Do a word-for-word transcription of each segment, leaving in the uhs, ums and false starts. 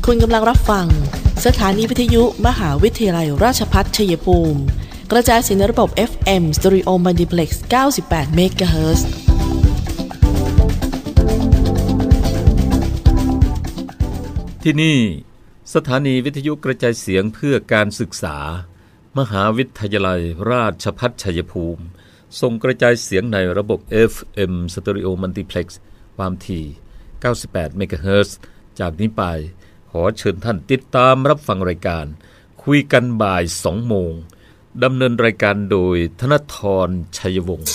คุณกำลังรับฟังสถานีวิทยุมหาวิทยาลัยราชภัฏชัยภูมิกระจายเสียงในระบบ เอฟ เอ็ม Stereo Multiplex เก้าสิบแปด เมกะเฮิรตซ์ที่นี่สถานีวิทยุกระจายเสียงเพื่อการศึกษามหาวิทยาลัยราชภัฏชัยภูมิส่งกระจายเสียงในระบบ เอฟ เอ็ม Stereo Multiplex ความถี่เก้าสิบแปด เมกะเฮิรตซ์ จากนี้ไปขอเชิญท่านติดตามรับฟังรายการคุยกันบ่ายสองโมงดำเนินรายการโดยธนธรชัยวงศ์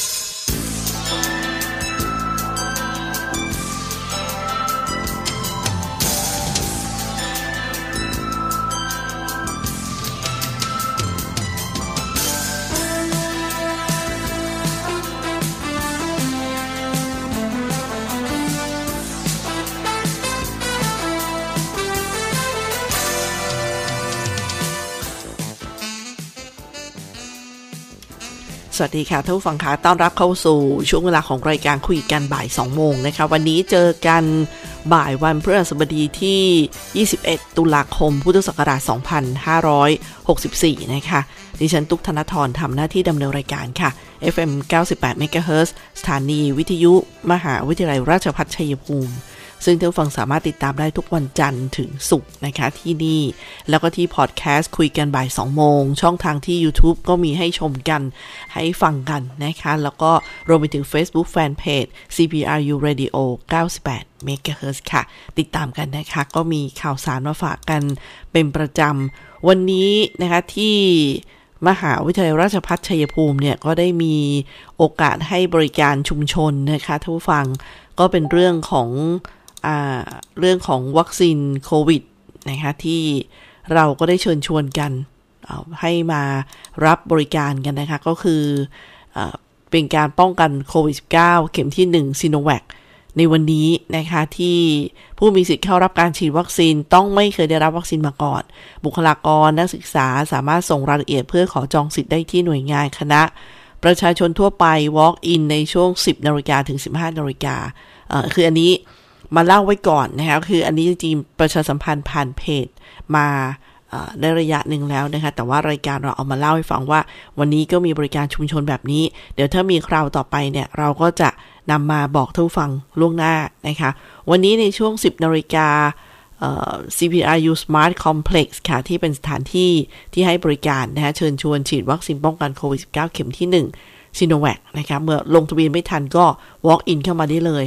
สวัสดีค่ะท่านผู้ฟังคะต้อนรับเข้าสู่ช่วงเวลาของรายการคุยกันบ่ายสองโมงนะคะวันนี้เจอกันบ่ายวันพฤหัสบดีที่ยี่สิบเอ็ดตุลาคมพุทธศักราชสองพันห้าร้อยหกสิบสี่นะคะดิฉันตุ๊กธนธรทำหน้าที่ดำเนินรายการค่ะ เอฟ เอ็ม เก้าสิบแปด เมกะเฮิรตซ์ สถานีวิทยุมหาวิทยาลัยราชภัฏชัยภูมิซึ่งท่านผู้ฟังสามารถติดตามได้ทุกวันจันทร์ถึงศุกร์นะคะที่นี่แล้วก็ที่พอดแคสต์คุยกันบ่ายสองโมงช่องทางที่ YouTube ก็มีให้ชมกันให้ฟังกันนะคะแล้วก็รวมไปถึง Facebook Fanpage ซี พี อาร์ ยู Radio เก้าสิบแปด เมกะเฮิรตซ์ ค่ะติดตามกันนะคะก็มีข่าวสารมาฝากกันเป็นประจำวันนี้นะคะที่มหาวิทยาลัยราชภัฏชัยภูมิเนี่ยก็ได้มีโอกาสให้บริการชุมชนนะคะท่านผู้ฟังก็เป็นเรื่องของอ่าเรื่องของวัคซีนโควิดนะคะที่เราก็ได้เชิญชวนกันเอาให้มารับบริการกันนะคะก็คืออ่าเป็นการป้องกันโควิด สิบเก้า เข็มที่หนึ่งซิโนแวคในวันนี้นะคะที่ผู้มีสิทธิ์เข้ารับการฉีดวัคซีนต้องไม่เคยได้รับวัคซีนมาก่อนบุคลากรนักศึกษาสามารถส่งรายละเอียดเพื่อขอจองสิทธิ์ได้ที่หน่วยงานคณะประชาชนทั่วไป walk in ในช่วง สิบนาฬิกาถึง สิบห้านาฬิกาเอ่อคืออันนี้มาเล่าไว้ก่อนนะคะคืออันนี้จริงๆประชาสัมพันธ์ผ่านเพจมาได้ระยะหนึ่งแล้วนะคะแต่ว่ารายการเราเอามาเล่าให้ฟังว่าวันนี้ก็มีบริการชุมชนแบบนี้เดี๋ยวถ้ามีคราวต่อไปเนี่ยเราก็จะนำมาบอกท่านผู้ฟังล่วงหน้านะคะวันนี้ในช่วง สิบนาฬิกาเอ่อ ซี พี อาร์ ยู Smart Complex ค่ะที่เป็นสถานที่ที่ให้บริการนะคะเชิญชวนฉีดวัคซีนป้องกันโควิด สิบเก้า เข็มที่หนึ่งซิโนแวคนะคะเมื่อลงทะเบียนไม่ทันก็ walk in เข้ามาได้เลย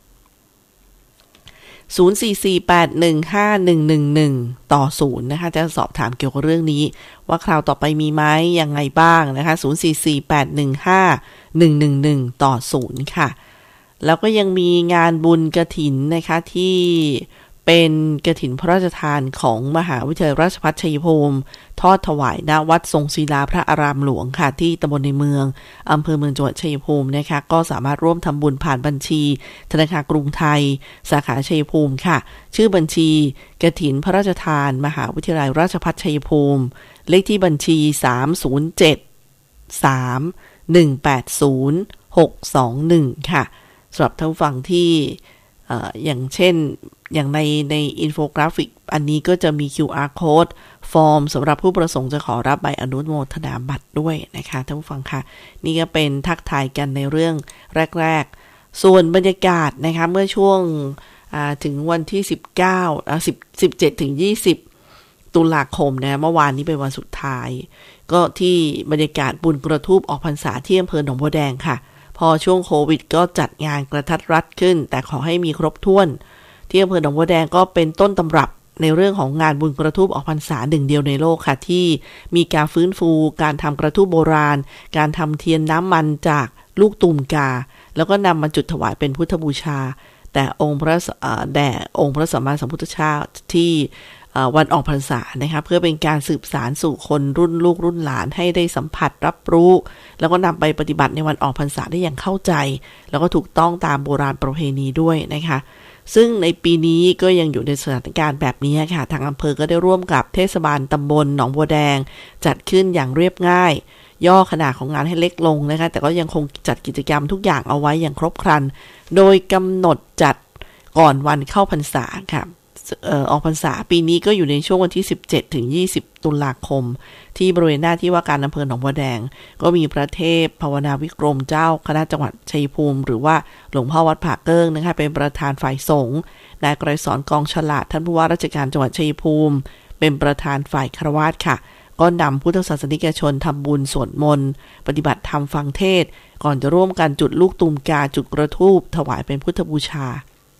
ศูนย์ สี่ สี่ แปด หนึ่ง ห้า หนึ่ง หนึ่ง หนึ่ง ต่อศูนย์นะคะจะสอบถามเกี่ยวกับเรื่องนี้ว่าคราวต่อไปมีไหมยังไงบ้างนะคะศูนย์ สี่ สี่ แปด หนึ่ง ห้า หนึ่ง หนึ่ง หนึ่ง ต่อศูนย์ค่ะแล้วก็ยังมีงานบุญกฐินนะคะที่เป็นกฐินพระราชทานของมหาวิทยาลัยราชภัฏชัยภูมิทอดถวายณวัดทรงศิลาพระอารามหลวงค่ะที่ตำบลในเมืองอำเภอเมืองจังหวัดชัยภูมินะคะก็สามารถร่วมทำบุญผ่านบัญชีธนาคารกรุงไทยสาขาชัยภูมิค่ะชื่อบัญชีกฐินพระราชทานมหาวิทยาลัยราชภัฏชัยภูมิเลขที่บัญชีสาม ศูนย์ เจ็ด สาม หนึ่ง แปด ศูนย์ หก สอง หนึ่งค่ะสำหรับท่านผู้ฟังที่เอ่ออย่างเช่นอย่างในในอินโฟกราฟิกอันนี้ก็จะมี คิว อาร์ Code ฟอร์มสำหรับผู้ประสงค์จะขอรับใบอนุโมทนาบัตรด้วยนะคะท่านผู้ฟังค่ะนี่ก็เป็นทักทายกันในเรื่องแรกๆส่วนบรรยากาศนะคะเมื่อช่วงถึงวันที่สิบเก้าอ่ะ10 สิบเจ็ดถึงยี่สิบตุลาคมนะเมื่อวานนี้เป็นวันสุดท้ายก็ที่บรรยากาศบุญกระทูปออกพรรษาที่อำเภอหนองบัวแดงค่ะพอช่วงโควิดก็จัดงานกระทัดรัดขึ้นแต่ขอให้มีครบถ้วนที่อำเภอหนองบัวแดงก็เป็นต้นตำรับในเรื่องของงานบุญกระทูปออกพรรษาหนึ่งเดียวในโลกค่ะที่มีการฟื้นฟูการทำกระทูปโบราณการทำเทียนน้ำมันจากลูกตูมกาแล้วก็นำมาจุดถวายเป็นพุทธบูชาแต่องค์พระแด่องค์พระสัมมาสัมพุทธเจ้าที่วันออกพรรษานะคะเพื่อเป็นการสืบสานสู่คนรุ่นลูกรุ่นหลานให้ได้สัมผัสรับรู้แล้วก็นำไปปฏิบัติในวันออกพรรษาได้อย่างเข้าใจแล้วก็ถูกต้องตามโบราณประเพณีด้วยนะคะซึ่งในปีนี้ก็ยังอยู่ในสถานการณ์แบบนี้ค่ะทางอำเภอก็ได้ร่วมกับเทศบาลตำบลหนองบัวแดงจัดขึ้นอย่างเรียบง่ายย่อขนาดของงานให้เล็กลงนะคะแต่ก็ยังคงจัดกิจกรรมทุกอย่างเอาไว้อย่างครบครันโดยกำหนดจัดก่อนวันเข้าพรรษาค่ะเอ่อออกพรรษาปีนี้ก็อยู่ในช่วงวันที่สิบเจ็ดถึงยี่สิบตุลาคมที่บริเวณหน้าที่ว่าการอำเภอหนองบัวแดงก็มีพระเทพภาวนาวิกรมเจ้าคณะจังหวัดชัยภูมิหรือว่าหลวงพ่อวัดผาเกิ้งนะคะเป็นประธานฝ่ายสงฆ์นายไกรสอนกองฉลาดท่านผู้ว่าราชการจังหวัดชัยภูมิเป็นประธานฝ่ายฆราวาสค่ะก็นำพุทธศาสนิกชนทำบุญสวดมนต์ปฏิบัติธรรมฟังเทศน์ก่อนจะร่วมกันจุดลูกตูมกาจุดกระธูปถวายเป็นพุทธบูชา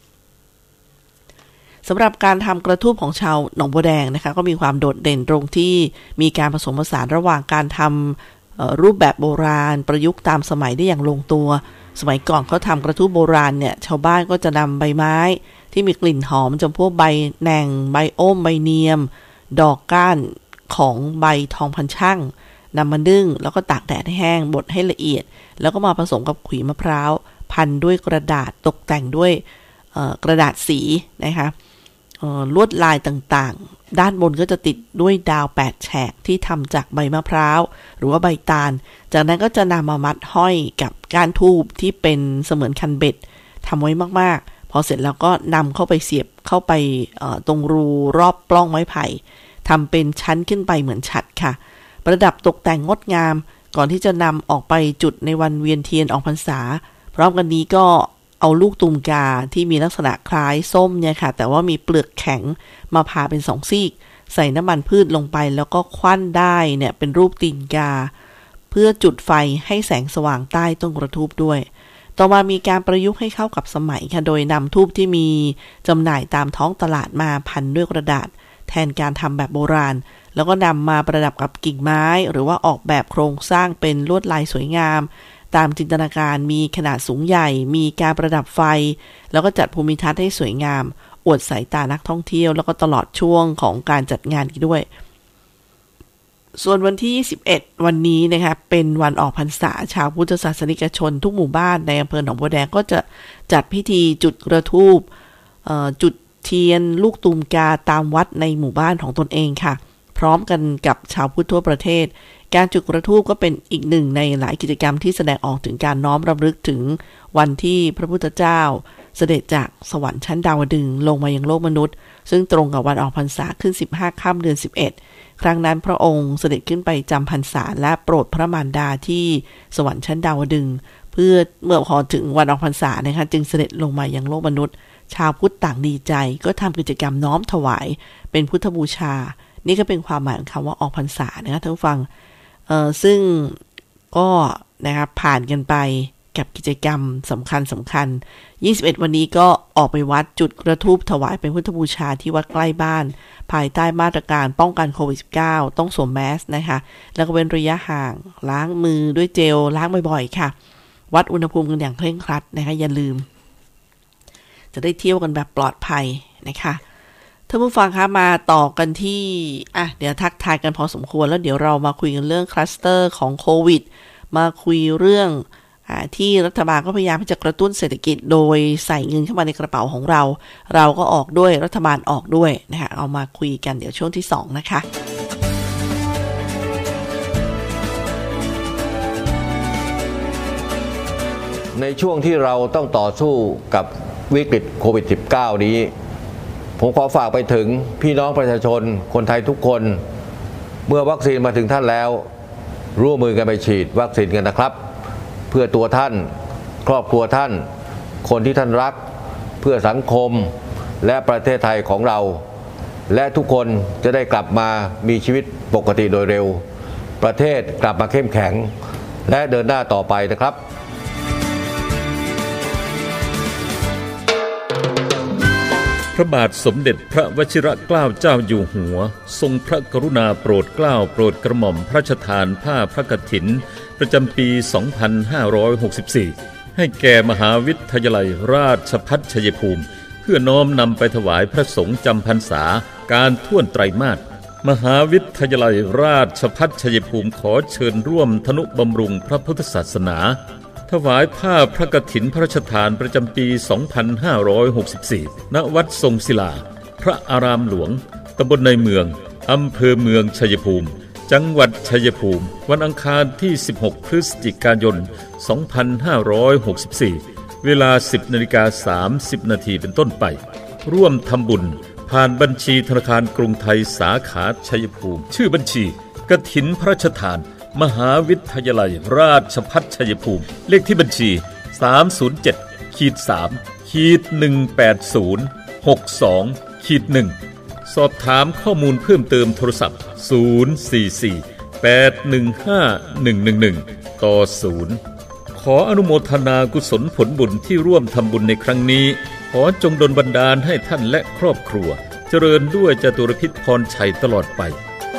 สำหรับการทำกระทู้ของชาวหนองบัวแดงนะคะก็มีความโดดเด่นตรงที่มีการผสมผสานระหว่างการทำรูปแบบโบราณประยุกต์ตามสมัยได้อย่างลงตัวสมัยก่อนเขาทำกระทู้โบราณเนี่ยชาวบ้านก็จะนำใบไม้ที่มีกลิ่นหอมจำพวกใบแหน่งใบโอ้มใบเนียมดอกก้านของใบทองพันช่างนำมานึ่งแล้วก็ตากแดดให้แห้งบดให้ละเอียดแล้วก็มาผสมกับขุยมะพร้าวพันด้วยกระดาษตกแต่งด้วยกระดาษสีนะคะลวดลายต่างๆด้านบนก็จะติดด้วยดาวแปดแฉกที่ทำจากใบมะพร้าวหรือว่าใบตาลจากนั้นก็จะนำมามัดห้อยกับก้านทูบที่เป็นเสมือนคันเบ็ดทำไว้มากๆพอเสร็จแล้วก็นำเข้าไปเสียบเข้าไปตรงรูรอบปล้องไม้ไผ่ทำเป็นชั้นขึ้นไปเหมือนฉัตรค่ะประดับตกแต่งงดงามก่อนที่จะนำออกไปจุดในวันเวียนเทียนออกพรรษาพร้อมกันนี้ก็เอาลูกตูมกาที่มีลักษณะคล้ายส้มเนี่ยค่ะแต่ว่ามีเปลือกแข็งมาผ่าเป็นสองซีกใส่น้ำมันพืชลงไปแล้วก็คว้านได้เนี่ยเป็นรูปตีนกาเพื่อจุดไฟให้แสงสว่างใต้ต้นกระทูบด้วยต่อมามีการประยุกต์ให้เข้ากับสมัยค่ะโดยนำทูบที่มีจำหน่ายตามท้องตลาดมาพันด้วยกระดาษแทนการทำแบบโบราณแล้วก็นำมาประดับกับกิ่งไม้หรือว่าออกแบบโครงสร้างเป็นลวดลายสวยงามตามจินตนาการมีขนาดสูงใหญ่มีการประดับไฟแล้วก็จัดภูมิทัศน์ให้สวยงามอวดสายตานักท่องเที่ยวแล้วก็ตลอดช่วงของการจัดงานอีกด้วยส่วนวันที่ยี่สิบเอ็ดวันนี้นะคะเป็นวันออกพรรษาชาวพุทธศาสนิกชนทุกหมู่บ้านในอำเภอหนองบัวแดงก็จะจัดพิธีจุดกระธูปจุดเทียนลูกตูมกาตามวัดในหมู่บ้านของตนเองค่ะพร้อมกันกับชาวพุทธทั่วประเทศการจุดกระธูปก็เป็นอีกหนึ่งในหลายกิจกรรมที่แสดงออกถึงการน้อมรำลึกถึงวันที่พระพุทธเจ้าเสด็จจากสวรรค์ชั้นดาวดึงส์ลงมายังโลกมนุษย์ซึ่งตรงกับวันออกพรรษาขึ้นสิบห้าค่ำเดือนสิบเอ็ดครั้งนั้นพระองค์เสด็จขึ้นไปจำพรรษาและโปรดพระมารดาที่สวรรค์ชั้นดาวดึงส์เพื่อเมื่อพอถึงวันออกพรรษานะคะจึงเสด็จลงมายังโลกมนุษย์ชาวพุทธต่างดีใจก็ทำกิจกรรมน้อมถวายเป็นพุทธบูชานี่ก็เป็นความหมายของคำว่าออกพรรษานะคะท่านผู้ฟังเอ่อซึ่งก็นะครับผ่านกันไปกับกิจกรรมสำคัญสำคัญยี่สิบเอ็ดวันนี้ก็ออกไปวัดจุดกระธูปถวายเป็นพุทธบูชาที่วัดใกล้บ้านภายใต้มาตรการป้องกันโควิด สิบเก้า ต้องสวมแมสนะคะแล้วก็เว้นระยะห่างล้างมือด้วยเจลล้างบ่อยๆค่ะวัดอุณหภูมิกันอย่างเคร่งครัดนะคะอย่าลืมจะได้เที่ยวกันแบบปลอดภัยนะคะท่านผู้ฟังคะมาต่อกันที่อ่ะเดี๋ยวทักทายกันพอสมควรแล้วเดี๋ยวเรามาคุยกันเรื่องคลัสเตอร์ของโควิดมาคุยเรื่องอ่าที่รัฐบาลก็พยายามที่จะกระตุ้นเศรษฐกิจโดยใส่เงินเข้ามาในกระเป๋าของเราเราก็ออกด้วยรัฐบาลออกด้วยนะคะเอามาคุยกันเดี๋ยวช่วงที่สองนะคะในช่วงที่เราต้องต่อสู้กับวิกฤตโควิด สิบเก้า นี้ผมขอฝากไปถึงพี่น้องประชาชนคนไทยทุกคนเมื่อวัคซีนมาถึงท่านแล้วร่วมมือกันไปฉีดวัคซีนกันนะครับเพื่อตัวท่านครอบครัวท่านคนที่ท่านรักเพื่อสังคมและประเทศไทยของเราและทุกคนจะได้กลับมามีชีวิตปกติโดยเร็วประเทศกลับมาเข้มแข็งและเดินหน้าต่อไปนะครับพระบาทสมเด็จพระวชิรเกล้าเจ้าอยู่หัวทรงพระกรุณาโปรดเกล้าโปรดกระหม่อมพระราชทานผ้าพระกฐินประจำปี สองพันห้าร้อยหกสิบสี่ ให้แก่มหาวิทยาลัยราชภัฏชัยภูมิเพื่อน้อมนำไปถวายพระสงฆ์จำพรรษาการท่วนไตรมาสมหาวิทยาลัยราชภัฏชัยภูมิขอเชิญร่วมทนุบำรุงพระพุทธศาสนาถวายผ้าพระกฐินพระราชทานประจำปี สองพันห้าร้อยหกสิบสี่ ณ วัดทรงศิลาพระอารามหลวงตำบลในเมืองอำเภอเมืองชัยภูมิจังหวัดชัยภูมิวันอังคารที่ สิบหก พฤศจิกายน สองพันห้าร้อยหกสิบสี่ เวลา สิบนาฬิกาสามสิบนาทีเป็นต้นไปร่วมทำบุญผ่านบัญชีธนาคารกรุงไทยสาขาชัยภูมิชื่อบัญชีกฐินพระราชทานมหาวิทยาลัยราชภัฏชัยภูมิเลขที่บัญชี สาม ศูนย์ เจ็ด สาม หนึ่ง แปด ศูนย์ หก สอง หนึ่ง สอบถามข้อมูลเพิ่มเติมโทรศัพท์ศูนย์ สี่ สี่ แปด หนึ่ง ห้า หนึ่ง หนึ่ง หนึ่งต่อศูนย์ขออนุโมทนากุศลผลบุญที่ร่วมทำบุญในครั้งนี้ขอจงดลบันดาลให้ท่านและครอบครัวเจริญด้วยจตุรพิษพรชัยตลอดไป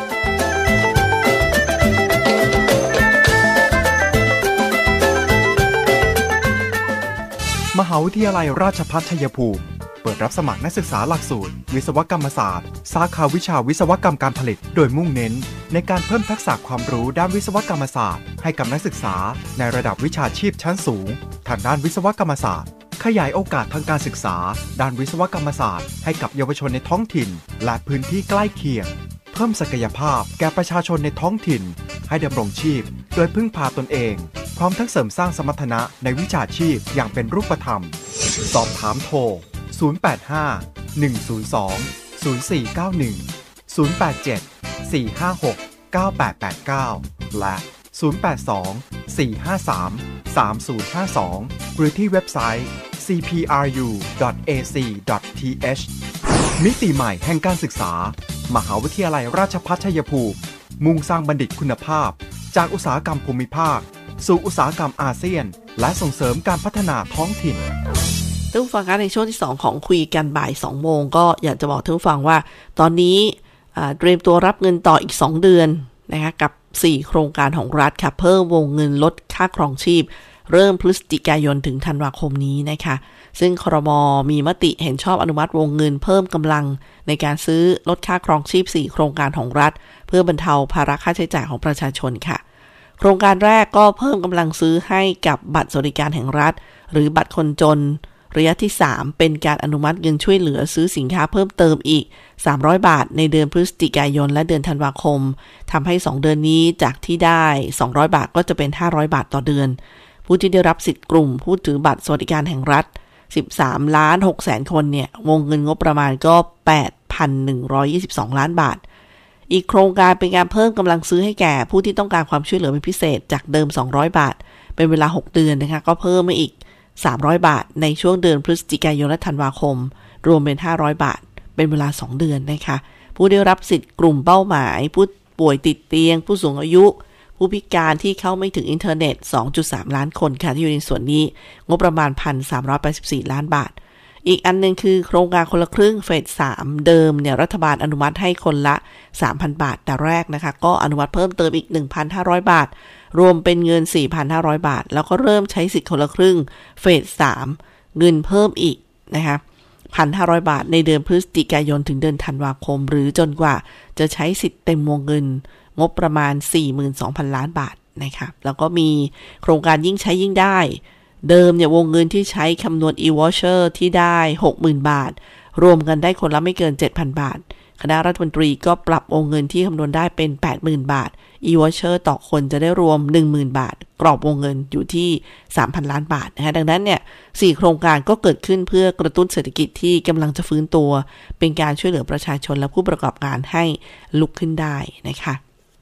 มหาวิทยาลัยราชภัฏชัยภูมิเปิดรับสมัครนักศึกษาหลักสูตรวิศวกรรมศาสตร์สาขาวิชาวิศวกรรมการผลิตโดยมุ่งเน้นในการเพิ่มทักษะความรู้ด้านวิศวกรรมศาสตร์ให้กับนักศึกษาในระดับวิชาชีพชั้นสูงทางด้านวิศวกรรมศาสตร์ขยายโอกาสทางการศึกษาด้านวิศวกรรมศาสตร์ให้กับเยาวชนในท้องถิ่นและพื้นที่ใกล้เคียงเพิ่มศักยภาพแก่ประชาชนในท้องถิ่นให้ดำรงชีพโดยพึ่งพาตนเองพร้อมทั้งเสริมสร้างสมรรถนะในวิชาชีพอย่างเป็นรูปธรรมสอบถามโทรศูนย์ แปด ห้า หนึ่ง ศูนย์ สอง ศูนย์ สี่ เก้า หนึ่ง ศูนย์ แปด เจ็ด สี่ ห้า หก เก้า แปด แปด เก้าและศูนย์ แปด สอง สี่ ห้า สาม สาม ศูนย์ ห้า สองหรือที่เว็บไซต์ ซี พี อาร์ ยู ดอท เอ ซี ดอท ที เอช มิติใหม่แห่งการศึกษามหาวิทยาลัยราชภัฏชัยภูมิมุ่งสร้างบัณฑิตคุณภาพจากอุตสาหกรรมภูมิภาคสู่อุตสาหกรรมอาเซียนและส่งเสริมการพัฒนาท้องถิ่นท่านผู้ฟังคะในช่วงที่สองของคุยกันบ่ายสองโมงก็อยากจะบอกท่านผู้ฟังว่าตอนนี้เตรียมตัวรับเงินต่ออีกสองเดือนนะคะกับสี่โครงการของรัฐค่ะเพิ่มวงเงินลดค่าครองชีพเริ่มพฤศจิกายนถึงธันวาคมนี้นะคะซึ่งครม.มีมติเห็นชอบอนุมัติวงเงินเพิ่มกำลังในการซื้อลดค่าครองชีพสี่โครงการของรัฐเพื่อบรรเทาภาระค่าใช้จ่ายของประชาชนค่ะโครงการแรกก็เพิ่มกำลังซื้อให้กับบัตรสวัสดิการแห่งรัฐหรือบัตรคนจนระยะที่สามเป็นการอนุมัติเงินช่วยเหลือซื้อสินค้าเพิ่มเติมอีกสามร้อยบาทในเดือนพฤศจิกายนและเดือนธันวาคมทำให้สองเดือนนี้จากที่ได้สองร้อยบาทก็จะเป็นห้าร้อยบาทต่อเดือนผู้ที่ได้รับสิทธิ์กลุ่มผู้ถือบัตรสวัสดิการแห่งรัฐสิบสามล้านหกแสนคนเนี่ยวงเงินงบประมาณก็ แปดพันหนึ่งร้อยยี่สิบสอง ล้านบาทอีกโครงการเป็นการเพิ่มกำลังซื้อให้แก่ผู้ที่ต้องการความช่วยเหลือเป็นพิเศษจากเดิมสองร้อยบาทเป็นเวลาหกเดือนนะคะก็เพิ่มมาอีกสามร้อยบาทในช่วงเดือนพฤศจิกายนและธันวาคมรวมเป็นห้าร้อยบาทเป็นเวลาสองเดือนนะคะผู้ได้รับสิทธิ์กลุ่มเป้าหมายผู้ป่วยติดเตียงผู้สูงอายุผู้พิการที่เข้าไม่ถึงอินเทอร์เน็ต สองจุดสาม ล้านคนค่ะที่อยู่ในส่วนนี้งบประมาณ หนึ่งพันสามร้อยแปดสิบสี่ ล้านบาทอีกอันนึงคือโครงการคนละครึ่งเฟสสามเดิมเนี่ยรัฐบาลอนุมัติให้คนละ สามพัน บาทแต่แรกนะคะก็อนุมัติเพิ่มเติมอีก หนึ่งพันห้าร้อย บาทรวมเป็นเงิน สี่พันห้าร้อย บาทแล้วก็เริ่มใช้สิทธิ์คนละครึ่งเฟสสามเงินเพิ่มอีกนะคะ หนึ่งพันห้าร้อย บาทในเดือนพฤศจิกายนถึงเดือนธันวาคมหรือจนกว่าจะใช้สิทธิ์เต็มวงเงินงบประมาณ สี่หมื่นสองพัน ล้านบาทนะคะแล้วก็มีโครงการยิ่งใช้ยิ่งได้เดิมเนี่ยวงเงินที่ใช้คำนวณ e-voucher ที่ได้ หกหมื่น บาทรวมกันได้คนละไม่เกิน เจ็ดพัน บาทคณะรัฐมนตรีก็ปรับวงเงินที่คำนวณได้เป็น แปดหมื่น บาท e-voucher ต่อคนจะได้รวม หนึ่งหมื่น บาทกรอบวงเงินอยู่ที่ สามพัน ล้านบาทนะคะดังนั้นเนี่ยสี่โครงการก็เกิดขึ้นเพื่อกระตุ้นเศรษฐกิจที่กำลังจะฟื้นตัวเป็นการช่วยเหลือประชาชนและผู้ประกอบการให้ลุกขึ้นได้นะคะ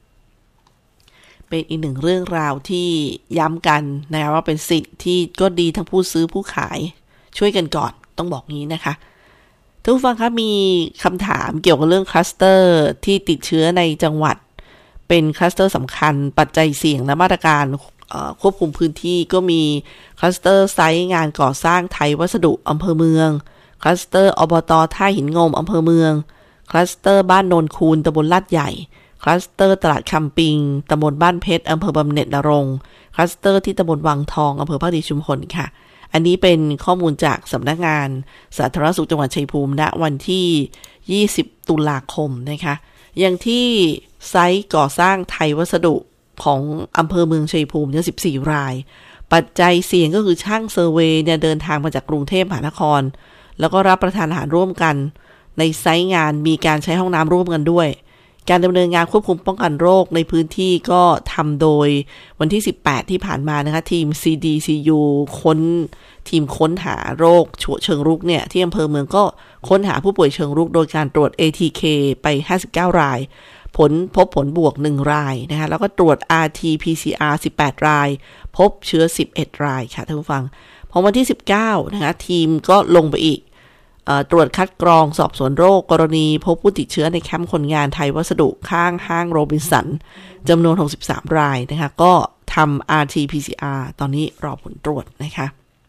เป็นอีกหนึ่งเรื่องราวที่ย้ำกันนะคะว่าเป็นสิทธิ์ที่ก็ดีทั้งผู้ซื้อผู้ขายช่วยกันก่อนต้องบอกงี้นะคะท่านผู้ฟังคะมีคำถามเกี่ยวกับเรื่องคลัสเตอร์ที่ติดเชื้อในจังหวัดเป็นคลัสเตอร์สำคัญปัจจัยเสี่ยงและมาตรการควบคุมพื้นที่ก็มีคลัสเตอร์ไซต์งานก่อสร้างไทยวัสดุอำเภอเมืองคลัสเตอร์อบต.ท่าหินงมอำเภอเมืองคลัสเตอร์บ้านโนนคูนตำบลลาดใหญ่คลัสเตอร์ตลาดคำปิงตำบลบ้านเพชรอำเภอบำเหน็จนรงค์คลัสเตอร์ที่ตำบลวังทองอำเภอภาคดีชุมพลค่ะอันนี้เป็นข้อมูลจากสำนักงานสาธารณสุขจังหวัดชัยภูมิณวันที่ยี่สิบตุลาคมนะคะอย่างที่ไซต์ก่อสร้างไทยวัสดุของอำเภอเมืองชัยภูมิเนี่ยสิบสี่รายปัจจัยเสี่ยงก็คือช่างเซอร์เวย์เนี่ยเดินทางมาจากกรุงเทพมหานครแล้วก็รับประทานอาหารร่วมกันในไซต์งานมีการใช้ห้องน้ำร่วมกันด้วยการดำเนินงานควบคุมป้องกันโรคในพื้นที่ก็ทำโดยวันที่สิบแปดที่ผ่านมานะคะทีม ซี ดี ซี ยู ค้นทีมค้นหาโรคเชิงรุกเนี่ยที่อำเภอเมืองก็ค้นหาผู้ป่วยเชิงรุกโดยการตรวจ เอ ที เค ไปห้าสิบเก้ารายผลพบผลบวกหนึ่งรายนะคะแล้วก็ตรวจ อาร์ ที พี ซี อาร์ สิบแปดรายพบเชื้อสิบเอ็ดรายค่ะท่านผู้ฟังพอวันที่สิบเก้านะคะทีมก็ลงไปอีกตรวจคัดกรองสอบสวนโรคกรณีพบผู้ติดเชื้อในแคมป์คนงานไทยวัสดุข้างห้างโรบินสันจำนวนหกสิบสามรายนะคะก็ทำ อาร์ ที พี ซี อาร์ ตอนนี้รอผลตรวจนะคะ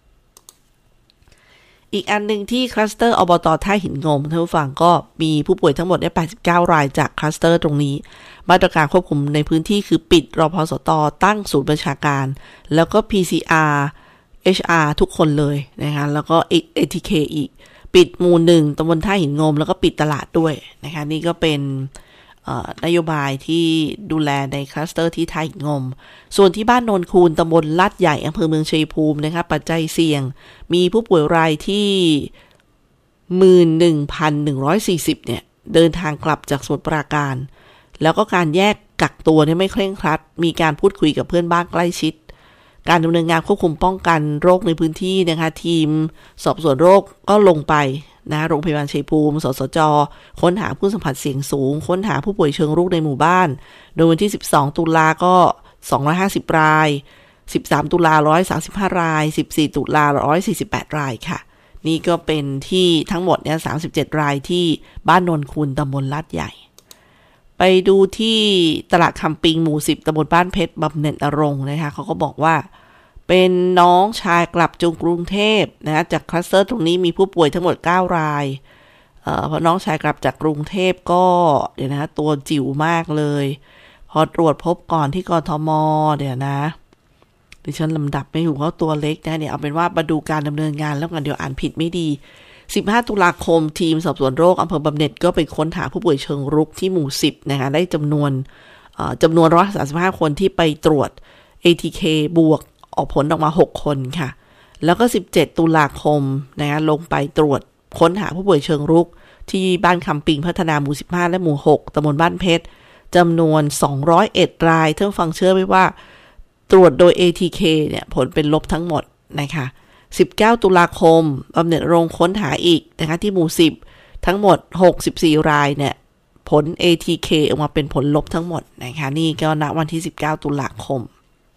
อีกอันหนึ่งที่คลัสเตอร์อบต.ท่าหินงมท่านผู้ฟังก็มีผู้ป่วยทั้งหมดได้แปดสิบเก้ารายจากคลัสเตอร์ตรงนี้มาตรการควบคุมในพื้นที่คือปิดรพสต.ตั้งศูนย์ประชาการแล้วก็ พี ซี อาร์ เอช อาร์ ทุกคนเลยนะคะแล้วก็ เอ ที เค อีกปิดหมู่หนึ่งตำบลท่าหินงมแล้วก็ปิดตลาดด้วยนะคะนี่ก็เป็นนโยบายที่ดูแลในคลัสเตอร์ที่ท่าหินงมส่วนที่บ้านโนนคูนตำบลลาดใหญ่อำเภอเมืองชัยภูมินะคะปัจจัยเสี่ยงมีผู้ป่วยรายที่ หนึ่งหมื่นหนึ่งพันหนึ่งร้อยสี่สิบ เนี่ยเดินทางกลับจากสมุทรปราการแล้วก็การแยกกักตัวเนี่ยไม่เคร่งครัดมีการพูดคุยกับเพื่อนบ้านใกล้ชิดการดำเนินงานควบคุมป้องกันโรคในพื้นที่นะคะทีมสอบสวนโรคก็ลงไปนะโรงพยาบาลชัยภูมิสสจ.ค้นหาผู้สัมผัสเสี่ยงสูงค้นหาผู้ป่วยเชิงรุกในหมู่บ้านโดยวันที่สิบสองตุลาก็สองร้อยห้าสิบรายสิบสามตุลาหนึ่งร้อยสามสิบห้ารายสิบสี่ตุลาหนึ่งร้อยสี่สิบแปดรายค่ะนี่ก็เป็นที่ทั้งหมดเนี่ยสามสิบเจ็ดรายที่บ้านโนนคูนตำบลลาดใหญ่ไปดูที่ตลาดคำปิงหมู่สิบตำบลบ้านเพชรบำเหน็จอรงค์นะคะเขาก็บอกว่าเป็นน้องชายกลับจากกรุงเทพนะจากคลัสเตอร์ตรงนี้มีผู้ป่วยทั้งหมดเก้ารายเอ่อพอน้องชายกลับจากกรุงเทพก็เดี๋ยวนะตัวจิ๋วมากเลยพอตรวจพบก่อนที่กทม.เดี๋ยวนะดิฉันลำดับไม่ถูกเขาตัวเล็กนะเนี่ยเอาเป็นว่ามาดูการดำเนินงานแล้วกันเดี๋ยวอ่านผิดไม่ดีสิบห้าตุลาคมทีมสอบสวนโรคอำเภอบำเหน็จก็ไปค้นหาผู้ป่วยเชิงรุกที่หมู่สิบนะคะได้จำนวนเอ่อจำนวนหนึ่งร้อยสามสิบห้าคนที่ไปตรวจ เอ ที เค บวกออกผลออกมาหกคนค่ะแล้วก็สิบเจ็ดตุลาคมนะคะลงไปตรวจค้นหาผู้ป่วยเชิงรุกที่บ้านคำปิงพัฒนาหมู่สิบห้าและหมู่หกตำบลบ้านเพชรจำนวนสองร้อยเอ็ดรายท่านฟังเชื่อไหมว่าตรวจโดย เอ ที เค เนี่ยผลเป็นลบทั้งหมดนะคะสิบเก้าตุลาคมบำเหน็จโรงค้นหาอีกนะคะที่หมู่สิบทั้งหมดหกสิบสี่รายเนี่ยผล เอ ที เค ออกมาเป็นผลลบทั้งหมดนะคะนี่ก็ณวันที่สิบเก้าตุลาคม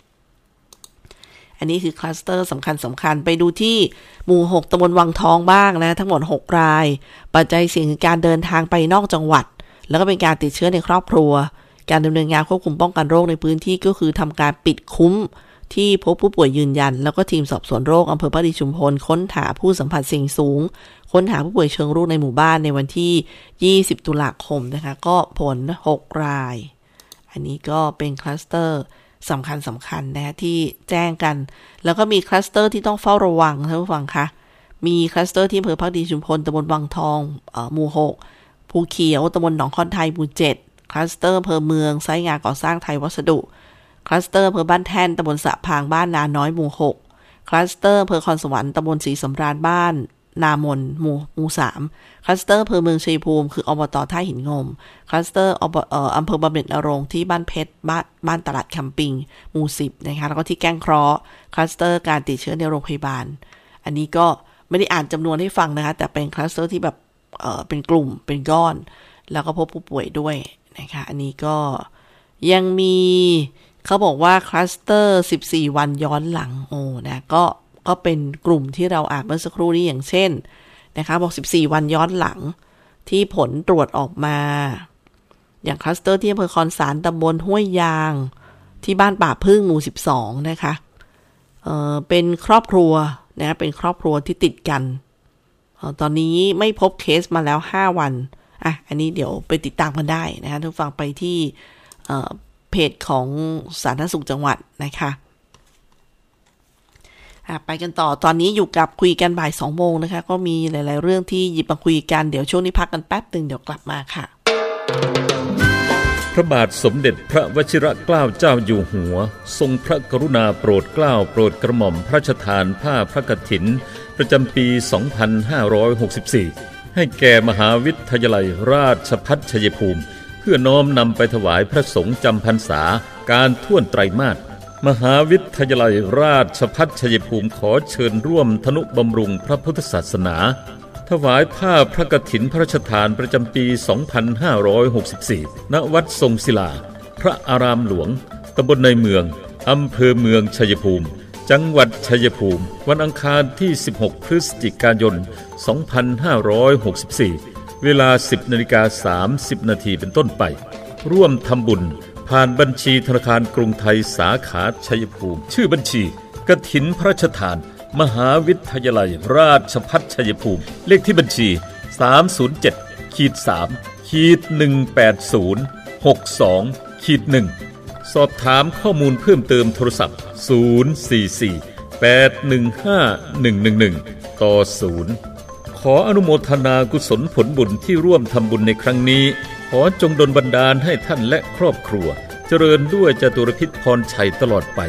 อันนี้คือคลัสเตอร์สำคัญสำคัญไปดูที่หมู่หกตำบลวังทองบ้างนะทั้งหมดหกรายปัจจัยเสี่ยงคือการเดินทางไปนอกจังหวัดแล้วก็เป็นการติดเชื้อในครอบครัวการดำเนินงานควบคุมป้องกันโรคในพื้นที่ก็คือทำการปิดคุ้มที่พบผู้ป่วยยืนยันแล้วก็ทีมสอบสวนโรคอำเภอพระดีชุมพลค้นหาผู้สัมผัสเสี่ยงสูงค้นหาผู้ป่วยเชิงรุกในหมู่บ้านในวันที่ยี่สิบตุลาคมนะคะก็ผลหกรายอันนี้ก็เป็นคลัสเตอร์สำคัญสำคัญนะที่แจ้งกันแล้วก็มีคลัสเตอร์ที่ต้องเฝ้าระวังท่านผู้ฟังคะมีคลัสเตอร์ที่อำเภอพักดีชุมพลตำบลวังทองเอ่อหมู่หกภูเขียวตำบลหนองคอนไทยหมู่เจ็ดคลัสเตอร์อำเภอเมืองไซต์งานก่อสร้างไทยวัสดุคลัสเตอร์อำเภอบ้านแท่นตำบลสะพางบ้านนาน้อยหมู่หกคลัสเตอร์อำเภอคอนสวรรค์ตำบลศรีสำราญบ้านนามนหมู่หมู่สามคลัสเตอร์อำเภอเมืองชัยภูมิคืออบต.ท่าหินงมคลัสเตอร์อบเอ่ออำเภอบำเหน็จนรงค์ที่บ้านเพชรบ้านบ้านตลาดคำปิงหมู่สิบนะคะแล้วก็ที่แก้งเคราะห์คลัสเตอร์การติดเชื้อในโรงพยาบาลอันนี้ก็ไม่ได้อ่านจำนวนให้ฟังนะคะแต่เป็นคลัสเตอร์ที่แบบเอ่อเป็นกลุ่มเป็นก้อนแล้วก็พบผู้ป่วยด้วยนะคะอันนี้ก็ยังมีเขาบอกว่าคลัสเตอร์สิบสี่วันย้อนหลังโอ้นะก็ก็เป็นกลุ่มที่เราอ่านเมื่อสักครู่นี้อย่างเช่นนะคะบอกสิบสี่วันย้อนหลังที่ผลตรวจออกมาอย่างคลัสเตอร์ที่อำเภอคอนสารตำบลห้วยยางที่บ้านป่าพึ่งหมู่สิบสองนะคะเอ่อเป็นครอบครัวนะเป็นครอบครัวที่ติดกันเอ่อตอนนี้ไม่พบเคสมาแล้วห้าวันอ่ะอันนี้เดี๋ยวไปติดตามกันได้นะคะทุกฟังไปที่เอ่อเพจของสาธารณสุขจังหวัดนะคะไปกันต่อตอนนี้อยู่กับคุยกันบ่ายสองโมงนะคะก็มีหลายๆเรื่องที่หยิบมาคุยกันเดี๋ยวช่วงนี้พักกันแป๊บนึงเดี๋ยวกลับมาค่ะพระบาทสมเด็จพระวชิรเกล้าเจ้าอยู่หัวทรงพระกรุณาโปรดเกล้าโปรดกระหม่อมพระราชทานผ้าพระกฐินประจำปีสองพันห้าร้อยหกสิบสี่ให้แก่มหาวิทยาลัยราชภัฏชัยภูมิเพื่อน้อมนำไปถวายพระสงฆ์จำพรรษาการท่วนไตรมาสมหาวิทยาลัยราชภัฏชัยภูมิขอเชิญร่วมทนุบำรุงพระพุทธศาสนาถวายผ้าพระกฐินพระราชทานประจำปี สองพันห้าร้อยหกสิบสี่ ณ วัดทรงศิลาพระอารามหลวงตำบลในเมืองอำเภอเมืองชัยภูมิจังหวัดชัยภูมิวันอังคารที่ สิบหก พฤศจิกายน สองพันห้าร้อยหกสิบสี่ เวลา สิบนาฬิกาสามสิบนาทีเป็นต้นไปร่วมทำบุญผ่านบัญชีธนาคารกรุงไทยสาขาชัยภูมิชื่อบัญชีกฐินพระราชทานมหาวิทยาลัยราชภัฏชัยภูมิเลขที่บัญชี สาม ศูนย์ เจ็ด สาม หนึ่ง แปด ศูนย์ หก สอง หนึ่ง สอบถามข้อมูลเพิ่มเติมโทรศัพท์ ศูนย์ สี่ สี่ แปด หนึ่ง ห้า หนึ่ง หนึ่ง หนึ่ง ต่อ ศูนย์ ขออนุโมทนากุศลผลบุญที่ร่วมทำบุญในครั้งนี้ขอจงดลบันดาลให้ท่านและครอบครัวเจริญด้วยจตุรพิษพรชัยตลอดไป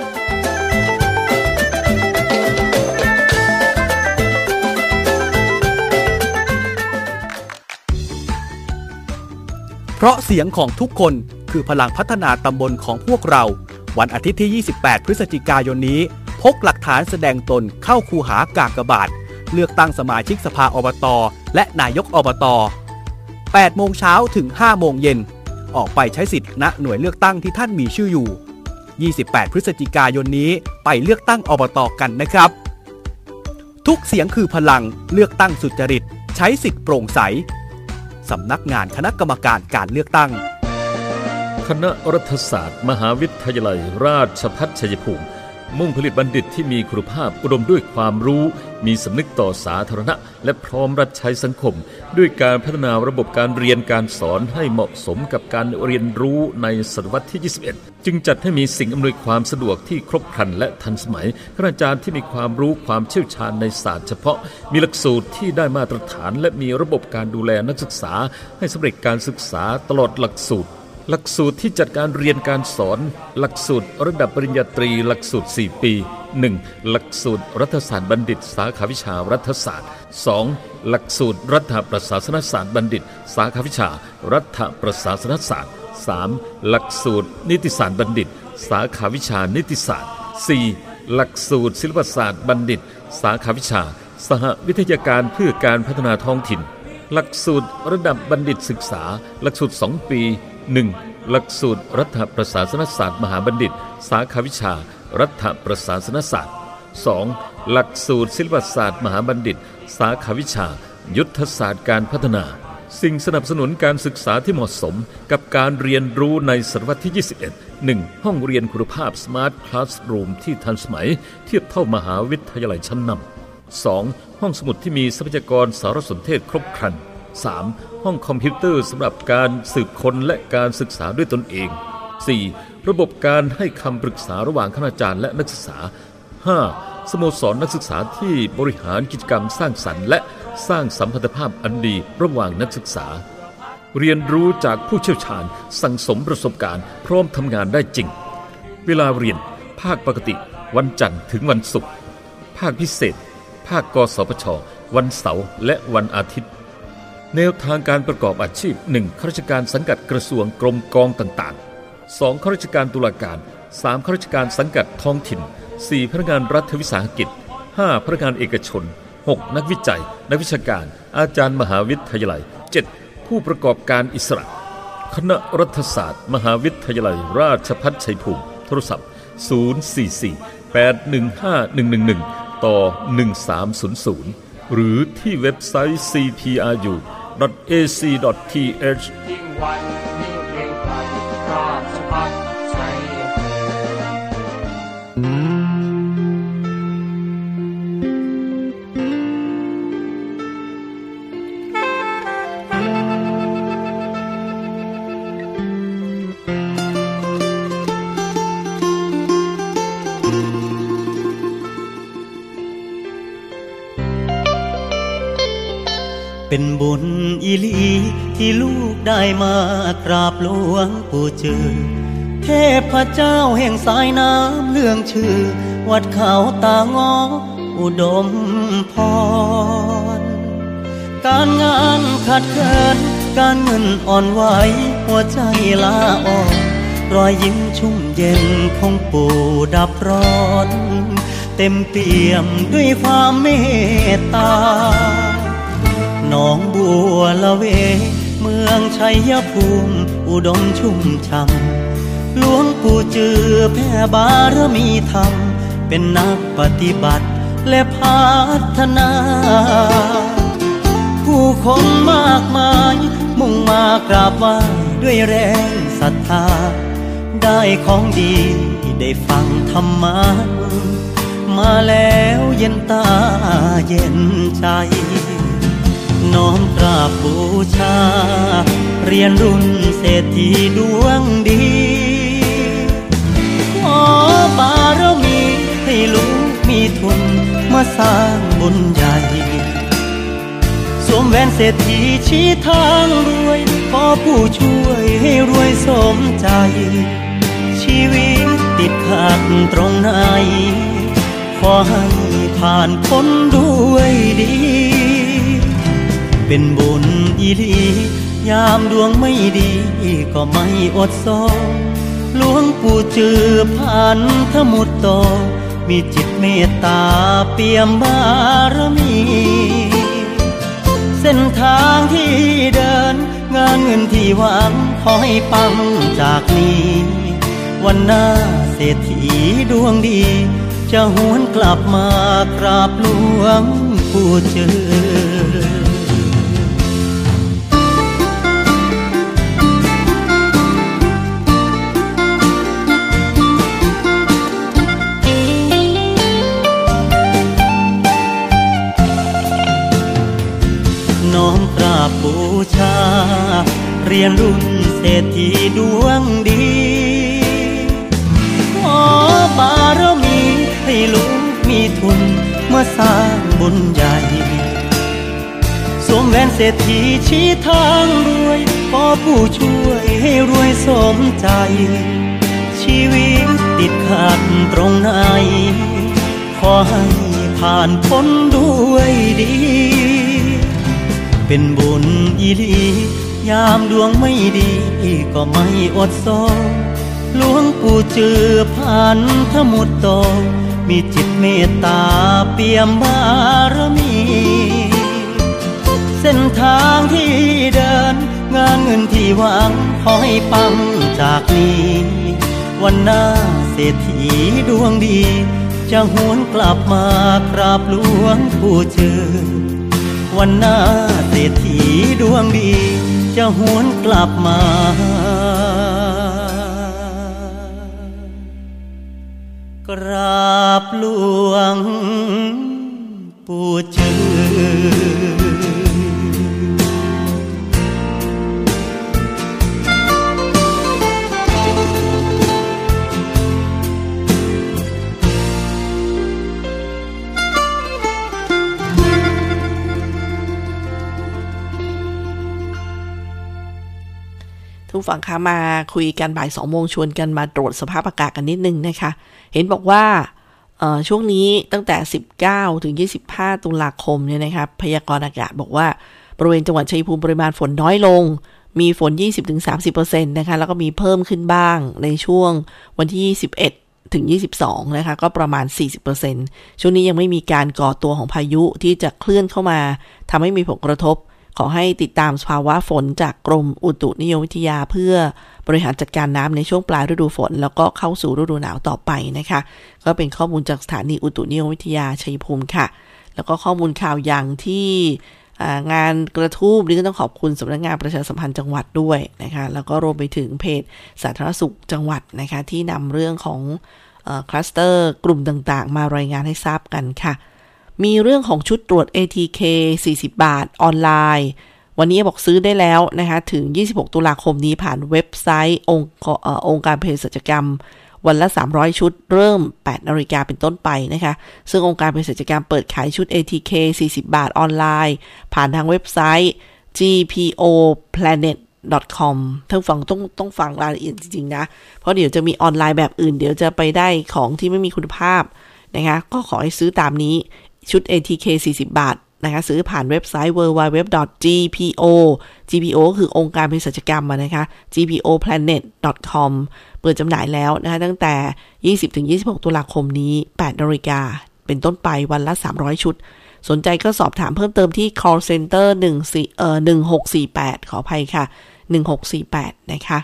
เพราะเสียงของทุกคนคือพลังพัฒนาตำบลของพวกเราวันอาทิตย์ที่ ยี่สิบแปด พฤศจิกายนนี้พกหลักฐานแสดงตนเข้าคูหากากบาทเลือกตั้งสมาชิกสภาอบต.และนายกอบต.แปดโมงเช้าถึงห้าโมงเย็นออกไปใช้สิทธิ์ณหน่วยเลือกตั้งที่ท่านมีชื่ออยู่ยี่สิบแปดพฤศจิกายนนี้ไปเลือกตั้งอบต.กันนะครับทุกเสียงคือพลังเลือกตั้งสุจริตใช้สิทธิ์โปร่งใสสำนักงานคณะกรรมการการเลือกตั้งคณะรัฐศาสตร์มหาวิทยาลัยราชภัฏชัยภูมิมุ่งผลิตบัณฑิตที่มีคุณภาพอุดมด้วยความรู้มีสำนึกต่อสาธารณะและพร้อมรับใช้สังคมด้วยการพัฒนาระบบการเรียนการสอนให้เหมาะสมกับการเรียนรู้ในศตวรรษที่ ยี่สิบเอ็ด จึงจัดให้มีสิ่งอำนวยความสะดวกที่ครบครันและทันสมัยคณาจารย์ที่มีความรู้ความเชี่ยวชาญในศาสตร์เฉพาะมีหลักสูตรที่ได้มาตรฐานและมีระบบการดูแลนักศึกษาให้สำเร็จการศึกษาตลอดหลักสูตรหลักสูตรที่จัดการเรียนการสอนหลักสูตรระดับปริญญาตรีหลักสูตรสี่ปี หนึ่ง หลักสูตรรัฐศาสตร์บัณฑิตสาขาวิชารัฐศาสตร์ สอง หลักสูตรรัฐประศาสนศาสตร์บัณฑิตสาขาวิชารัฐประศาสนศาสตร์ สาม หลักสูตรนิติศาสตร์บัณฑิตสาขาวิชานิติศาสตร์ สี่ หลักสูตรศิลปศาสตร์บัณฑิตสาขาวิชาสหวิทยาการเพื่อการพัฒนาท้องถิ่นหลักสูตรระดับบัณฑิตศึกษาหลักสูตรสองปี หนึ่งหลักสูตรรัฐประศาสนศาสตร์มหาบัณฑิตสาขาวิชารัฐประศาสนศาสตร์ สอง หลักสูตรศิลปศาสตร์มหาบัณฑิตสาขาวิชายุทธศาสตร์การพัฒนาสิ่งสนับสนุนการศึกษาที่เหมาะสมกับการเรียนรู้ในศตวรรษที่ ยี่สิบเอ็ด หนึ่ง ห้องเรียนคุณภาพ Smart Classroom ที่ทันสมัยเทียบเท่ามหาวิทยาลัยชั้นนำ สอง ห้องสมุดที่มีทรัพยากรสารสนเทศครบครันสาม ห้องคอมพิวเตอร์สำหรับการสืบค้นและการศึกษาด้วยตนเอง สี่ ระบบการให้คำปรึกษาระหว่างคณาจารย์และนักศึกษา ห้า สโมสรนักศึกษาที่บริหารกิจกรรมสร้างสรรค์และสร้างสัมพันธภาพอันดีระหว่างนักศึกษาเรียนรู้จากผู้เชี่ยวชาญสั่งสมประสบการณ์พร้อมทำงานได้จริงเวลาเรียนภาคปกติวันจันทร์ถึงวันศุกร์ภาคพิเศษภาคกสพชวันเสาร์และวันอาทิตย์แนวทางการประกอบอาชีพ หนึ่ง ข้าราชการสังกัดกระทรวงกรมกองต่างๆ สอง ข้าราชการตุลาการ สาม ข้าราชการสังกัดท้องถิ่น สี่ พนักงานรัฐวิสาหกิจ ห้า พนักงานเอกชน หก นักวิจัยนักวิชาการอาจารย์มหาวิทยาลัย เจ็ด ผู้ประกอบการอิสระคณะรัฐศาสตร์มหาวิทยาลัยราชภัฏชัยภูมิโทรศัพท์ ศูนย์ สี่ สี่ แปด หนึ่ง ห้า หนึ่ง หนึ่ง หนึ่ง ต่อ หนึ่ง สาม ศูนย์ ศูนย์ หรือที่เว็บไซต์ ซี พี อาร์ ยู ดอท เอ ซี ดอท ที เอชเป็นบุญอีหลีที่ลูกได้มากราบหลวงปู่จือเทพเจ้าแห่งสายน้ำเรื่องชื่อวัดเขาตางออุดมพรการงานขัดเคินการเงินอ่อนไหวหัวใจลาอ่อนรอยยิ้มชุ่มเย็นของปู่ดับร้อนเต็มเปี่ยมด้วยความเมตตาหนองบัวละเวเมืองชัยภูมิอุดมชุ่มช่ำหลวงปู่จือแผ่บารมีธรรมเป็นนักปฏิบัติและพัฒนาผู้คนมากมายมุ่งมากราบไหว้ด้วยแรงศรัทธาได้ของดีได้ฟังธรรมะมาแล้วเย็นตาเย็นใจน้อมกราบบูชาเรียนรุ่นเศรษฐีดวงดีขอบารมีให้ลูกมีทุนมาสร้างบุญใหญ่สวมแหวนเศรษฐีชี้ทางรวยขอผู้ช่วยให้รวยสมใจชีวิตติดขัดตรงไหนขอให้ผ่านพ้นด้วยดีเป็นบุญอีหลียามดวงไม่ดีก็ไม่อดซ้อหลวงปู่จือพันธมุตโตมีจิตเมตตาเปี่ยมบารมีเส้นทางที่เดินงานเงินที่หวังขอให้ปังจากนี้วันหน้าเศรษฐีดวงดีจะหวนกลับมากราบหลวงปู่จือน้อมกราบบูชาเรียนรุ่นเศรษฐีดวงดีขอบารมีให้ลูกมีทุนมาสร้างบุญใหญ่สวมแหวนเศรษฐีชี้ทางรวยขอผู้ช่วยให้รวยสมใจชีวิตติดขัดตรงไหนขอให้ผ่านพ้นด้วยดีเป็นบุญอีหลียามดวงไม่ดีก็ไม่อดซ้อหลวงปู่จือพันธมุตโตมีจิตเมตตาเปี่ยมบารมีเส้นทางที่เดินงานเงินที่หวังขอให้ปังจากนี้วันหน้าเศรษฐีดวงดีจะหวนกลับมากราบหลวงปู่จือวันหน้าเศรษฐีดวงดีจะหวนกลับมากราบหลวงปู่จือทุกฝั่งคะมาคุยกันบ่ายสองโมงชวนกันมาตรวจสภาพอากาศกันนิดนึงนะคะเห็นบอกว่าช่วงนี้ตั้งแต่สิบเก้าถึงยี่สิบห้าตุลาคมเนี่ยนะครับพยากรณ์อากาศบอกว่าบริเวณจังหวัดชัยภูมิปริมาณฝนน้อยลงมีฝน ยี่สิบถึงสามสิบเปอร์เซ็นต์ นะคะแล้วก็มีเพิ่มขึ้นบ้างในช่วงวันที่ยี่สิบเอ็ดถึงยี่สิบสองนะคะก็ประมาณ สี่สิบเปอร์เซ็นต์ ช่วงนี้ยังไม่มีการก่อตัวของพายุที่จะเคลื่อนเข้ามาทำให้มีผลกระทบขอให้ติดตามสภาวะฝนจากกรมอุตุนิยมวิทยาเพื่อบริหารจัดการน้ำในช่วงปลายฤดูฝนแล้วก็เข้าสู่ฤดูหนาวต่อไปนะคะก็เป็นข้อมูลจากสถานีอุตุนิยมวิทยาชัยภูมิค่ะแล้วก็ข้อมูลข่าวอย่างที่งานกระทู้นี้ก็ต้องขอบคุณสำนักงานประชาสัมพันธ์จังหวัดด้วยนะคะแล้วก็รวมไปถึงเพจสาธารณสุขจังหวัดนะคะที่นำเรื่องของคลัสเตอร์กลุ่มต่างๆมารายงานให้ทราบกันค่ะมีเรื่องของชุดตรวจ เอ ที เค สี่สิบบาทออนไลน์วันนี้บอกซื้อได้แล้วนะคะถึงยี่สิบหกตุลาคมนี้ผ่านเว็บไซต์องค์เอ่อองค์การเภสัชกรรมวันละสามร้อยชุดเริ่ม แปดนาฬิกาเป็นต้นไปนะคะซึ่งองค์การเภสัชกรรมเปิดขายชุด เอ ที เค สี่สิบบาทออนไลน์ผ่านทางเว็บไซต์ จี พี โอ แพลเน็ต ดอท คอม ท่านฟังต้องต้องฟังรายละเอียดจริงๆนะเพราะเดี๋ยวจะมีออนไลน์แบบอื่นเดี๋ยวจะไปได้ของที่ไม่มีคุณภาพนะคะก็ขอให้ซื้อตามนี้ชุด เอ ที เค สี่สิบบาทนะคะซื้อผ่านเว็บไซต์ ดับเบิลยู ดับเบิลยู ดับเบิลยู ดอท จี พี โอ จี พี โอ คือองค์การเภสัชกรรมนะคะ จี พี โอ แพลเน็ต ดอท คอม เปิดจำหน่ายแล้วนะคะตั้งแต่ ยี่สิบถึงยี่สิบหก ตุลาคมนี้ แปดนาฬิกาเป็นต้นไปวันละสามร้อยชุดสนใจก็สอบถามเพิ่มเติมที่ call center หนึ่ง สี่ เอ่อ หนึ่งหกสี่แปด ขออภัยค่ะหนึ่งหกสี่แปดนะคะ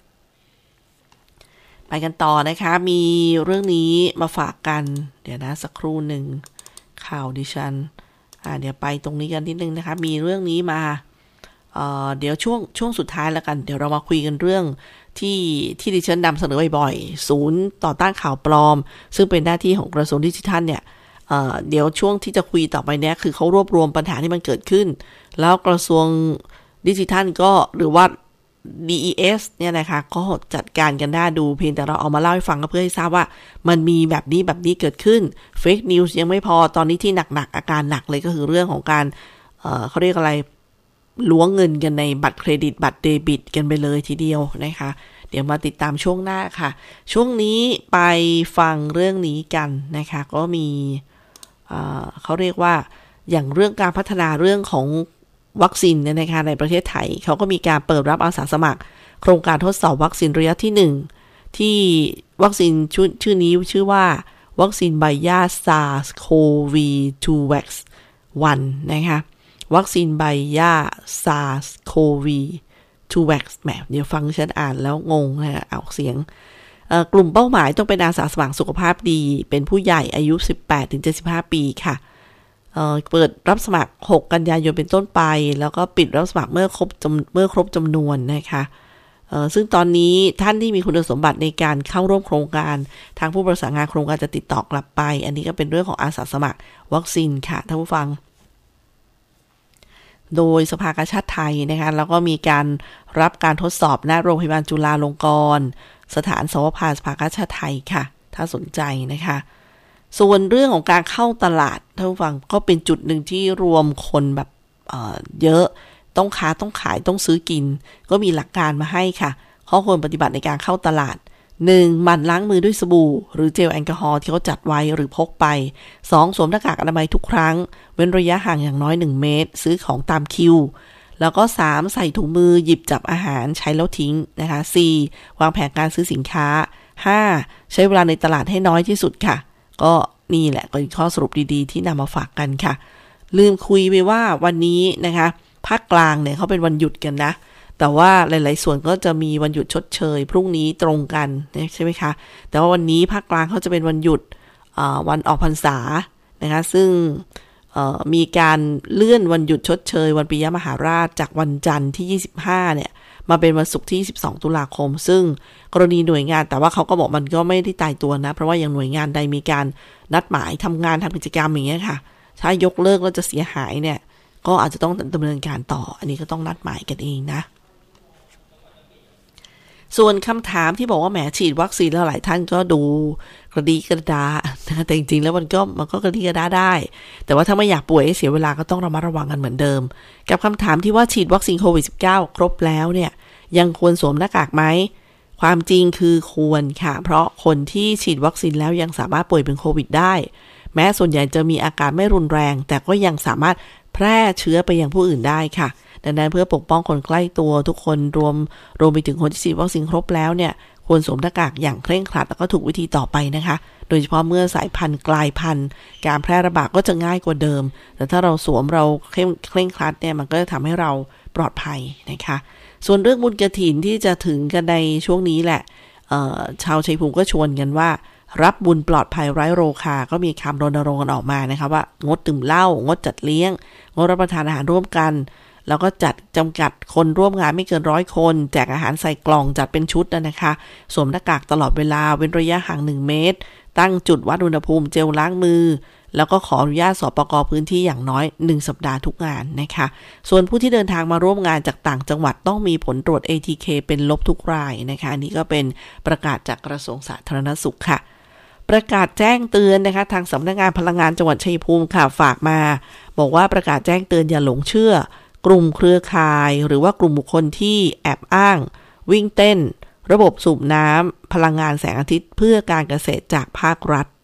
ไปกันต่อนะคะมีเรื่องนี้มาฝากกันเดี๋ยวนะสักครู่หนึ่งข่าวดิฉันอ่าเดี๋ยวไปตรงนี้กันนิดนึงนะคะมีเรื่องนี้มาเอ่อเดี๋ยวช่วงช่วงสุดท้ายแล้วกันเดี๋ยวเรามาคุยกันเรื่องที่ที่ดิฉันนำเสนอบ่อยๆศูนย์ต่อต้านข่าวปลอมซึ่งเป็นหน้าที่ของกระทรวงดิจิทัลเนี่ยเอ่อเดี๋ยวช่วงที่จะคุยต่อไปเนี้ยคือเขารวบรวมปัญหาที่มันเกิดขึ้นแล้วกระทรวงดิจิทัลก็หรือว่า ดี อี เอส เนี่ยนะคะก็จัดการกันได้ดูเพียงแต่เราเอามาเล่าให้ฟังก็เพื่อให้ทราบว่ามันมีแบบนี้แบบนี้เกิดขึ้น Fake News ยังไม่พอตอนนี้ที่หนักๆอาการหนักเลยก็คือเรื่องของการเอ่อเขาเรียกอะไรล้วงเงินกันในบัตรเครดิตบัตรเดบิตกันไปเลยทีเดียวนะคะเดี๋ยวมาติดตามช่วงหน้าค่ะช่วงนี้ไปฟังเรื่องนี้กันนะคะก็มีเอ่อเขาเรียกว่าอย่างเรื่องการพัฒนาเรื่องของวัคซีนเนี่ยนะคะในประเทศไทยเขาก็มีการเปิดรับอาสาสมัครโครงการทดสอบวัคซีนระยะที่หนึ่งที่วัคซีนชื่อชื่อนี้ชื่อว่าวัคซีนไบยา SARS-ซี โอ วี ทู แว็กซ์ วัน นะคะวัคซีนไบยา SARS-ซี โอ วี ทู แว็กซ์ แหมเดี๋ยวฟังฉันอ่านแล้วงงนะออกเสียงกลุ่มเป้าหมายต้องเป็นอาสาสมัครสุขภาพดีเป็นผู้ใหญ่อายุ สิบแปดถึงเจ็ดสิบห้า ปีค่ะเอ่อเปิดรับสมัครหกกันยายนเป็นต้นไปแล้วก็ปิดรับสมัครเมื่อครบจำเมื่อครบจำนวนนะคะเอ่อซึ่งตอนนี้ท่านที่มีคุณสมบัติในการเข้าร่วมโครงการทางผู้ประสานงานโครงการจะติดต่อกลับไปอันนี้ก็เป็นเรื่องของอาสาสมัครวัคซีนค่ะท่านผู้ฟังโดยสภากาชาดไทยนะคะแล้วก็มีการรับการทดสอบณโรงพยาบาลจุฬาลงกรณ์สถานสวภาสภากาชาดไทยค่ะถ้าสนใจนะคะส่วนเรื่องของการเข้าตลาดท่านผู้ฟังก็เป็นจุดหนึ่งที่รวมคนแบบเอ่อเยอะต้องค้าต้องขายต้องซื้อกินก็มีหลักการมาให้ค่ะข้อควรปฏิบัติในการเข้าตลาดหนึ่งหมั่นล้างมือด้วยสบู่หรือเจลแอลกอฮอล์ที่เขาจัดไว้หรือพกไปสองสวมหน้ากากอนามัยทุกครั้งเว้นระยะห่างอย่างน้อยหนึ่งเมตรซื้อของตามคิวแล้วก็สามใส่ถุงมือหยิบจับอาหารใช้แล้วทิ้งนะคะสี่วางแผนการซื้อสินค้าห้าใช้เวลาในตลาดให้น้อยที่สุดค่ะก็นี่แหละก็เป็นข้อสรุปดีๆที่นำมาฝากกันค่ะลืมคุยไปว่าวันนี้นะคะภาคกลางเนี่ยเขาเป็นวันหยุดกันนะแต่ว่าหลายๆส่วนก็จะมีวันหยุดชดเชยพรุ่งนี้ตรงกันใช่ไหมคะแต่ว่าวันนี้ภาคกลางเขาจะเป็นวันหยุดวันออกพรรษานะคะซึ่งมีการเลื่อนวันหยุดชดเชยวันปิยมหาราชจากวันจันทร์ที่ยี่สิบห้าเนี่ยมาเป็นวันศุกร์ที่สิบสองตุลาคมซึ่งกรณีหน่วยงานแต่ว่าเขาก็บอกมันก็ไม่ได้ตายตัวนะเพราะว่าอย่างหน่วยงานใดมีการนัดหมายทำงานทำกิจกรรมอย่างเงี้ยค่ะถ้ายกเลิกแล้วจะเสียหายเนี่ยก็อาจจะต้องดำเนินการต่ออันนี้ก็ต้องนัดหมายกันเองนะส่วนคำถามที่บอกว่าแหมฉีดวัคซีนแล้วหลายท่านก็ดูกระดีกระดาแต่จริงๆแล้วมันก็มันก็กระดีกระดาได้แต่ว่าถ้าไม่อยากป่วยให้เสียเวลาก็ต้องระมัดระวังกันเหมือนเดิมกับคำถามที่ว่าฉีดวัคซีนโควิด สิบเก้า ครบแล้วเนี่ยยังควรสวมหน้ากากไหมความจริงคือควรค่ะเพราะคนที่ฉีดวัคซีนแล้วยังสามารถป่วยเป็นโควิดได้แม้ส่วนใหญ่จะมีอาการไม่รุนแรงแต่ก็ยังสามารถแพร่เชื้อไปยังผู้อื่นได้ค่ะดังนั้นเพื่อปกป้องคนใกล้ตัวทุกคนรวมรวมไปถึงคนที่ฉีดวัคซีนครบแล้วเนี่ยควรสวมหน้ากากอย่างเคร่งครัดแล้วก็ถูกวิธีต่อไปนะคะโดยเฉพาะเมื่อสายพันธุ์กลายพันธุ์การแพร่ระบาดก็จะง่ายกว่าเดิมแต่ถ้าเราสวมเราเคร่งเคร่งครัดเนี่ยมันก็จะทำให้เราปลอดภัยนะคะส่วนเรื่องบุญกฐินที่จะถึงกันในช่วงนี้แหละชาวชัยภูมิก็ชวนกันว่ารับบุญปลอดภัยไร้โรคาก็มีคำรณรงค์กันออกมานะคะว่างดดื่มเหล้างดจัดเลี้ยงงดรับประทานอาหารร่วมกันแล้วก็จัดจำกัดคนร่วมงานไม่เกินร้อยคนแจกอาหารใส่กล่องจัดเป็นชุดนะคะสวมหน้ากากตลอดเวลาเว้นระยะห่างหนึ่งเมตรตั้งจุดวัดอุณหภูมิเจลล้างมือแล้วก็ขออนุญาตสปก.พื้นที่อย่างน้อยหนึ่งสัปดาห์ทุกงานนะคะส่วนผู้ที่เดินทางมาร่วมงานจากต่างจังหวัดต้องมีผลตรวจ เอ ที เค เป็นลบทุกรายนะคะอันนี้ก็เป็นประกาศจากกระทรวงสาธารณสุขค่ะประกาศแจ้งเตือนนะคะทางสำนักงานพลังงานจังหวัดชัยภูมิค่ะฝากมาบอกว่าประกาศแจ้งเตือนอย่าหลงเชื่อกลุ่มเครือข่ายหรือว่ากลุ่มบุคคลที่แอบอ้างวิ่งเต้นระบบสูบน้ำพลังงานแสงอาทิตย์เพื่อการเกษตรจากภาครัฐ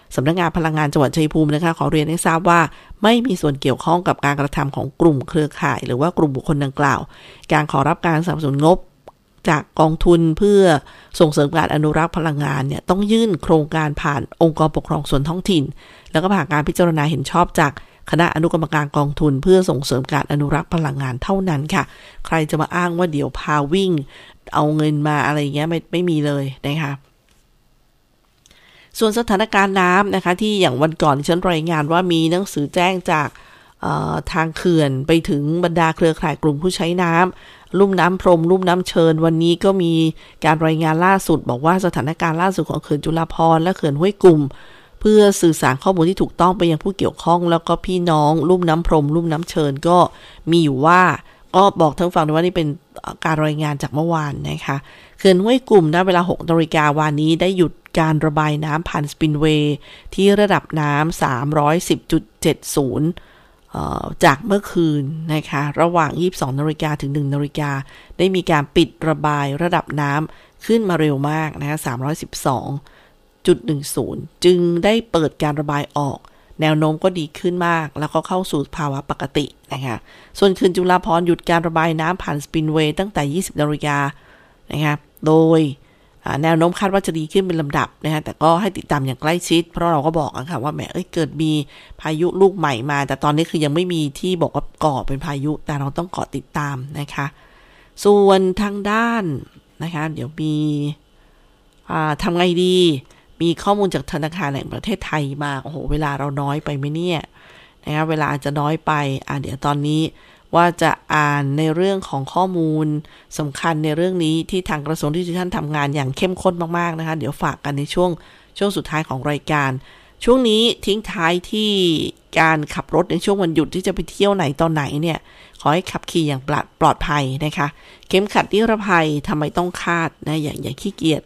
สำนักงานพลังงานจังหวัดชัยภูมินะคะขอเรียนให้ทราบว่าไม่มีส่วนเกี่ยวข้องกับการกระทำของกลุ่มเครือข่ายหรือว่ากลุ่มบุคคลดังกล่าวการขอรับการสนับสนุนงบจากกองทุนเพื่อส่งเสริมการอนุรักษ์พลังงานเนี่ยต้องยื่นโครงการผ่านองค์กรปกครองส่วนท้องถิ่นแล้วก็ผ่านการพิจารณาเห็นชอบจากคณะอนุกรรมการกองทุนเพื่อส่งเสริมการอนุรักษ์พลังงานเท่านั้นค่ะใครจะมาอ้างว่าเดี๋ยวพาวิ่งเอาเงินมาอะไรเงี้ยไม่ไม่มีเลยนะคะส่วนสถานการณ์น้ำนะคะที่อย่างวันก่อนฉันรายงานว่ามีหนังสือแจ้งจากทางเขื่อนไปถึงบรรดาเครือข่ายกลุ่มผู้ใช้น้ำลุ่มน้ำพรมลุ่มน้ำเชิญวันนี้ก็มีการรายงานล่าสุดบอกว่าสถานการณ์ล่าสุดของเขื่อนจุฬาภรณ์และเขื่อนห้วยกุ่มเพื่อสื่อสารข้อมูลที่ถูกต้องไปยังผู้เกี่ยวข้องแล้วก็พี่น้องลุ่มน้ำพรมลุ่มน้ำเชิญก็มีอยู่ว่าก็บอกทั้งฝั่งว่านี่เป็นการรายงานจากเมื่อวานนะคะเขื่อนห้วยกุ่มณเวลา หกนาฬิกา นวันนี้ได้หยุดการระบายน้ำผ่านสปินเวย์ที่ระดับน้ำ สามร้อยสิบจุดเจ็ดศูนย์ เอ่อจากเมื่อคืนนะคะระหว่าง ยี่สิบสองนาฬิกา ถึง หนึ่งนาฬิกาได้มีการปิดระบายระดับน้ำขึ้นมาเร็วมากนะคะสามร้อยสิบสองจุดหนึ่งศูนย์ จึงได้เปิดการระบายออกแนวโน้มก็ดีขึ้นมากแล้วก็เข้าสู่ภาวะปกตินะคะส่วนเขื่อนจุฬาภรณ์หยุดการระบายน้ำผ่านสปินเวย์ตั้งแต่ ยี่สิบนาฬิกานะคะโดยแนวโน้มคาดว่าจะดีขึ้นเป็นลำดับนะคะแต่ก็ให้ติดตามอย่างใกล้ชิดเพราะเราก็บอกนะคะว่าแหมเอ้ยเกิดมีพายุลูกใหม่มาแต่ตอนนี้คือยังไม่มีที่บอกว่าก่อเป็นพายุแต่เราต้องเกาะติดตามนะคะส่วนทางด้านนะคะเดี๋ยวมีทำไงดีมีข้อมูลจากธนาคารแห่งประเทศไทยมาโอ้โหเวลาเราน้อยไปไหมเนี่ยนะคะเวลาอาจจะน้อยไปอ่ะเดี๋ยวตอนนี้ว่าจะอ่านในเรื่องของข้อมูลสำคัญในเรื่องนี้ที่ทางกระทรวงดิจิทัลทำงานอย่างเข้มข้นมากๆนะคะเดี๋ยวฝากกันในช่วงช่วงสุดท้ายของรายการช่วงนี้ทิ้งท้ายที่การขับรถในช่วงวันหยุดที่จะไปเที่ยวไหนตอนไหนเนี่ยขอให้ขับขี่อย่างปลอดภัยนะคะเข็มขัดนิรภัยทำไมต้องคาดนะอย่าอย่าขี้เกียจ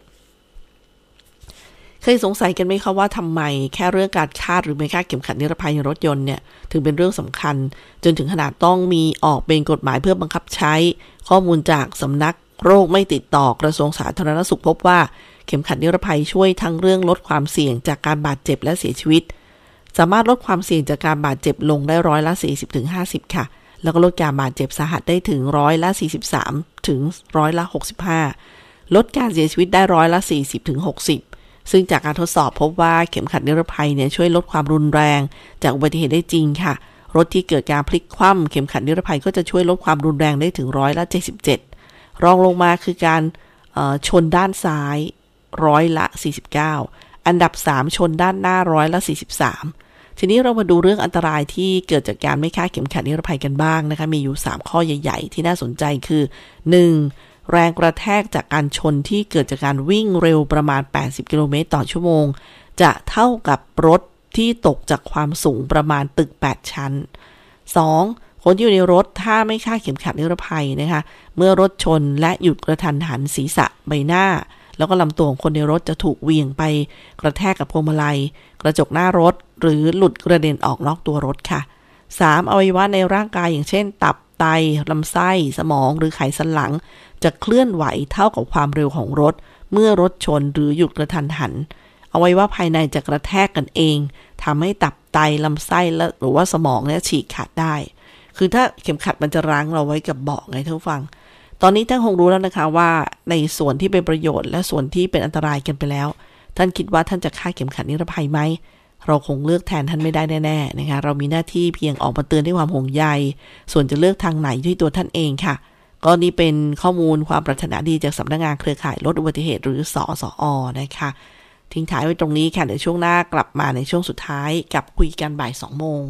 เคยสงสัยกันไหมคะว่าทำไมแค่เรื่องการคาดหรือไม่คาดเข็มขัดนิรภัยในรถยนต์เนี่ยถึงเป็นเรื่องสำคัญจนถึงขนาดต้องมีออกเป็นกฎหมายเพื่อบังคับใช้ข้อมูลจากสำนักโรคไม่ติดต่อกระทรวงสาธารณสุขพบว่าเข็มขัดนิรภัยช่วยทั้งเรื่องลดความเสี่ยงจากการบาดเจ็บและเสียชีวิตสามารถลดความเสี่ยงจากการบาดเจ็บลงได้ร้อยละ สี่สิบถึงห้าสิบ ค่ะแล้วก็ลดการบาดเจ็บสาหัสได้ถึงร้อยละ สี่สิบสาม ถึงร้อยละ หกสิบห้า ลดการเสียชีวิตได้ร้อยละ สี่สิบถึงหกสิบซึ่งจากการทดสอบพบว่าเข็มขัดนิรภัยเนี่ยช่วยลดความรุนแรงจากอุบัติเหตุได้จริงค่ะรถที่เกิดการพลิกคว่ำเข็มขัดนิรภัยก็จะช่วยลดความรุนแรงได้ถึงร้อยละเจ็ดสิบเจ็ดรองลงมาคือการชนด้านซ้ายร้อยละสี่สิบเก้าอันดับสามชนด้านหน้าร้อยละสี่สิบสามทีนี้เรามาดูเรื่องอันตรายที่เกิดจากการไม่คาดเข็มขัดนิรภัยกันบ้างนะคะมีอยู่สามข้อใหญ่ๆที่น่าสนใจคือหนึ่งแรงกระแทกจากการชนที่เกิดจากการวิ่งเร็วประมาณแปดสิบกิโลเมตรต่อชั่วโมงจะเท่ากับรถที่ตกจากความสูงประมาณตึกแปดชั้นสองคนที่อยู่ในรถถ้าไม่คาดเข็มขัดนิรภัยนะคะเมื่อรถชนและหยุดกระทันหันศีรษะใบหน้าแล้วก็ลำตัวของคนในรถจะถูกเหวี่ยงไปกระแทกกับพวงมาลัยกระจกหน้ารถหรือหลุดกระเด็นออกนอกตัวรถค่ะสามอวัยวะในร่างกายอย่างเช่นตับไตลำไส้สมองหรือไขสันหลังจะเคลื่อนไหวเท่ากับความเร็วของรถเมื่อรถชนหรือหยุดกระทันหันอวัยวะภายในจะกระแทกกันเองทำให้ตับไตลำไส้และหรือว่าสมองเนี่ยฉีกขาดได้คือถ้าเข็มขัดมันจะรั้งเราไว้กับเบาะไงท่านผู้ฟังตอนนี้ท่านคงรู้แล้วนะคะว่าในส่วนที่เป็นประโยชน์และส่วนที่เป็นอันตรายกันไปแล้วท่านคิดว่าท่านจะคาดเข็มขัดนิรภัยไหมเราคงเลือกแทนท่านไม่ได้แน่ๆนะคะเรามีหน้าที่เพียงออกมาเตือนด้วยความห่วงใยส่วนจะเลือกทางไหนด้วยตัวท่านเองค่ะก็นี่เป็นข้อมูลความปรารถนาดีจากสำนักงานเครือข่ายลดอุบัติเหตุหรือสสอ.นะคะทิ้งท้ายไว้ตรงนี้ค่ะเดี๋ยวช่วงหน้ากลับมาในช่วงสุดท้ายกับคุยกันบ่ายสองโมง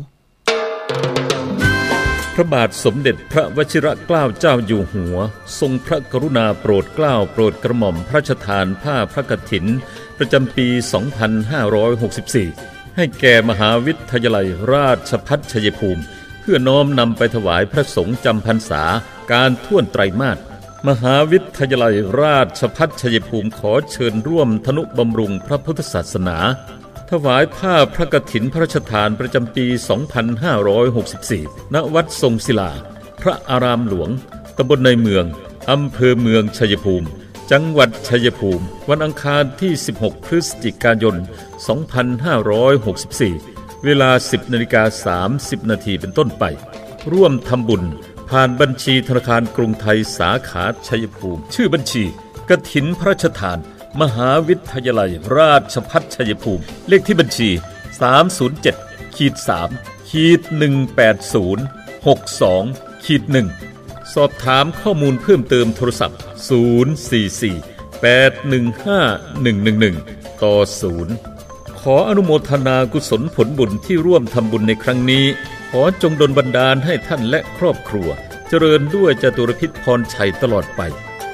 พระบาทสมเด็จพระวชิรเกล้าเจ้าอยู่หัวทรงพระกรุณาโปรดเกล้าโปรดกระหม่อมพระราชทานผ้าพระกฐินประจำปี สองพันห้าร้อยหกสิบสี่ ให้แก่มหาวิทยาลัยราชภัฏชัยภูมิเพื่อน้อมนำไปถวายพระสงฆ์จำพรรษาการท่วนไตรมาสมหาวิทยาลัยราชภัฏชัยภูมิขอเชิญร่วมทนุบำรุงพระพุทธศาสนาถวายผ้าพระกฐินพระราชทานประจำปี สองพันห้าร้อยหกสิบสี่ ณ วัดทรงศิลาพระอารามหลวงตำบลในเมืองอำเภอเมืองชัยภูมิจังหวัดชัยภูมิวันอังคารที่สิบหกพฤศจิกายนสองพันห้าร้อยหกสิบสี่เวลา สิบนาฬิกาสามสิบนาทีเป็นต้นไปร่วมทำบุญผ่านบัญชีธนาคารกรุงไทยสาขาชัยภูมิชื่อบัญชีกฐินพระราชทานมหาวิทยาลัยราชภัฏชัยภูมิเลขที่บัญชีสาม ศูนย์ เจ็ด สาม หนึ่ง แปด ศูนย์ หก สอง หนึ่ง สอบถามข้อมูลเพิ่มเติมโทรศัพท์ศูนย์ สี่ สี่ แปด หนึ่ง ห้า หนึ่ง หนึ่ง หนึ่งต่อศูนย์ขออนุโมทนากุศลผลบุญที่ร่วมทำบุญในครั้งนี้ขอจงดลบันดาลให้ท่านและครอบครัวเจริญด้วยจตุรพิษพรชัยตลอดไป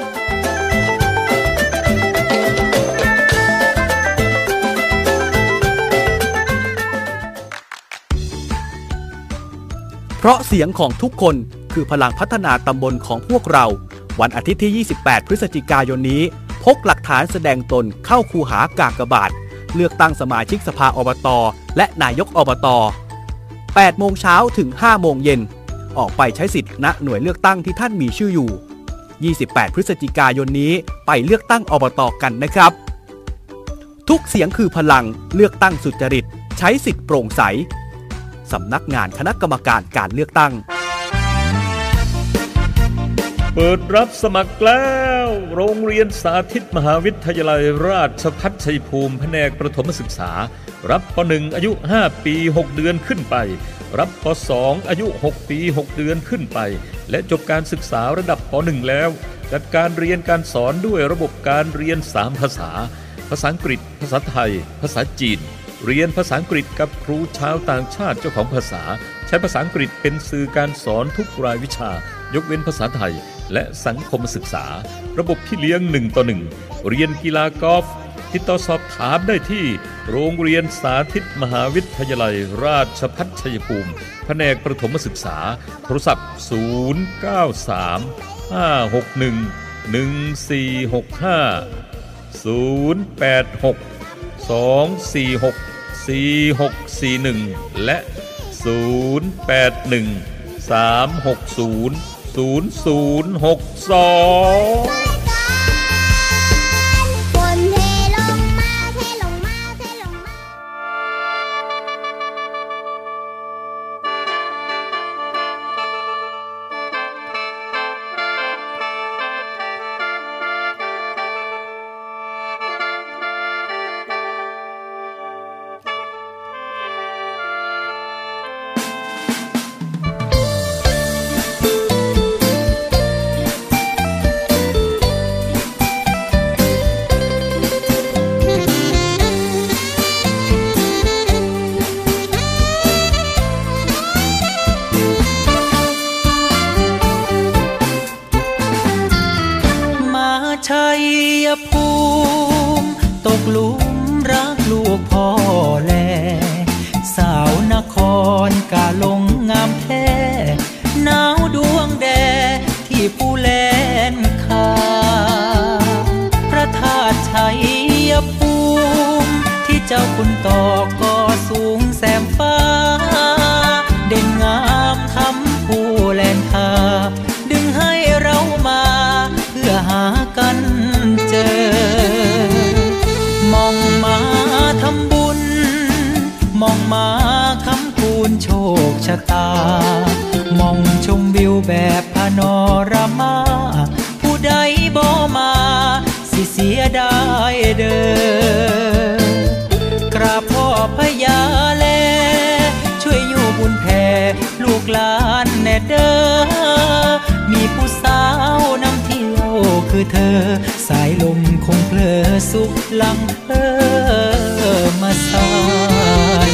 เพราะเสียงของทุกคนคือพลังพัฒนาตำบลของพวกเราวันอาทิตย์ที่ยี่สิบแปดพฤศจิกายนนี้พกหลักฐานแสดงตนเข้าคูหากากบาทเลือกตั้งสมาชิกสภาอบต.และนายกอบต.แปดโมงเช้าถึงห้าโมงเย็นออกไปใช้สิทธิ์ณหน่วยเลือกตั้งที่ท่านมีชื่ออยู่ยี่สิบแปดพฤศจิกายนนี้ไปเลือกตั้งอบต.กันนะครับทุกเสียงคือพลังเลือกตั้งสุจริตใช้สิทธิ์โปร่งใสสำนักงานคณะกรรมการการเลือกตั้งเปิดรับสมัครแล้วโรงเรียนสาธิตมหาวิทยาลัยราชภัฏชัยภูมิแผนกประถมศึกษารับป.หนึ่ง อายุห้าปีหกเดือนขึ้นไปรับป.สอง อายุหกปีหกเดือนขึ้นไปและจบการศึกษาระดับป.หนึ่ง แล้วจัดการเรียนการสอนด้วยระบบการเรียนสามภาษาภาษาอังกฤษภาษาไทยภาษาจีนเรียนภาษาอังกฤษกับครูชาวต่างชาติเจ้าของภาษาใช้ภาษาอังกฤษเป็นสื่อการสอนทุกรายวิชายกเว้นภาษาไทยและสังคมศึกษาระบบพี่เลี้ยงหนึ่งต่อหนึ่งเรียนกีฬากอล์ฟติดต่อสอบถามได้ที่โรงเรียนสาธิตมหาวิทยาลัยราชภัฏชัยภูมิแผนกประถมศึกษาโทรศัพท์ศูนย์ เก้า สาม ห้า หก หนึ่ง หนึ่ง สี่ หก ห้า ศูนย์ แปด หก สอง สี่ หก สี่ หก สี่ หนึ่งและศูนย์ แปด หนึ่ง สาม หก ศูนย์ ศูนย์ ศูนย์ หก สองชัยภูมิตกหลุมรักลูกพ่อแลสาวนครกาลงงามแท้หนาวดวงแดที่ผู้แลนคาพระธาตุชัยภูมิที่เจ้าคุณต่อก่อสูงแสมฟ้าเด่นงามทำผู้แลนคาดึงให้เรามาเพื่อหากันเจอมองมาทำบุญมองมาคำคูณโชคชะตามองชมวิวแบบพานอรามาผู้ใดบ่มาสิเสียดายเด้อกราบพ่อพญาแลช่วยอยู่บุญแผ่ลูกหลานแน่เด้อมีผู้สาวนำเที่ยวคือเธอสายลมคงเพลอสุขหลังเออมาสาย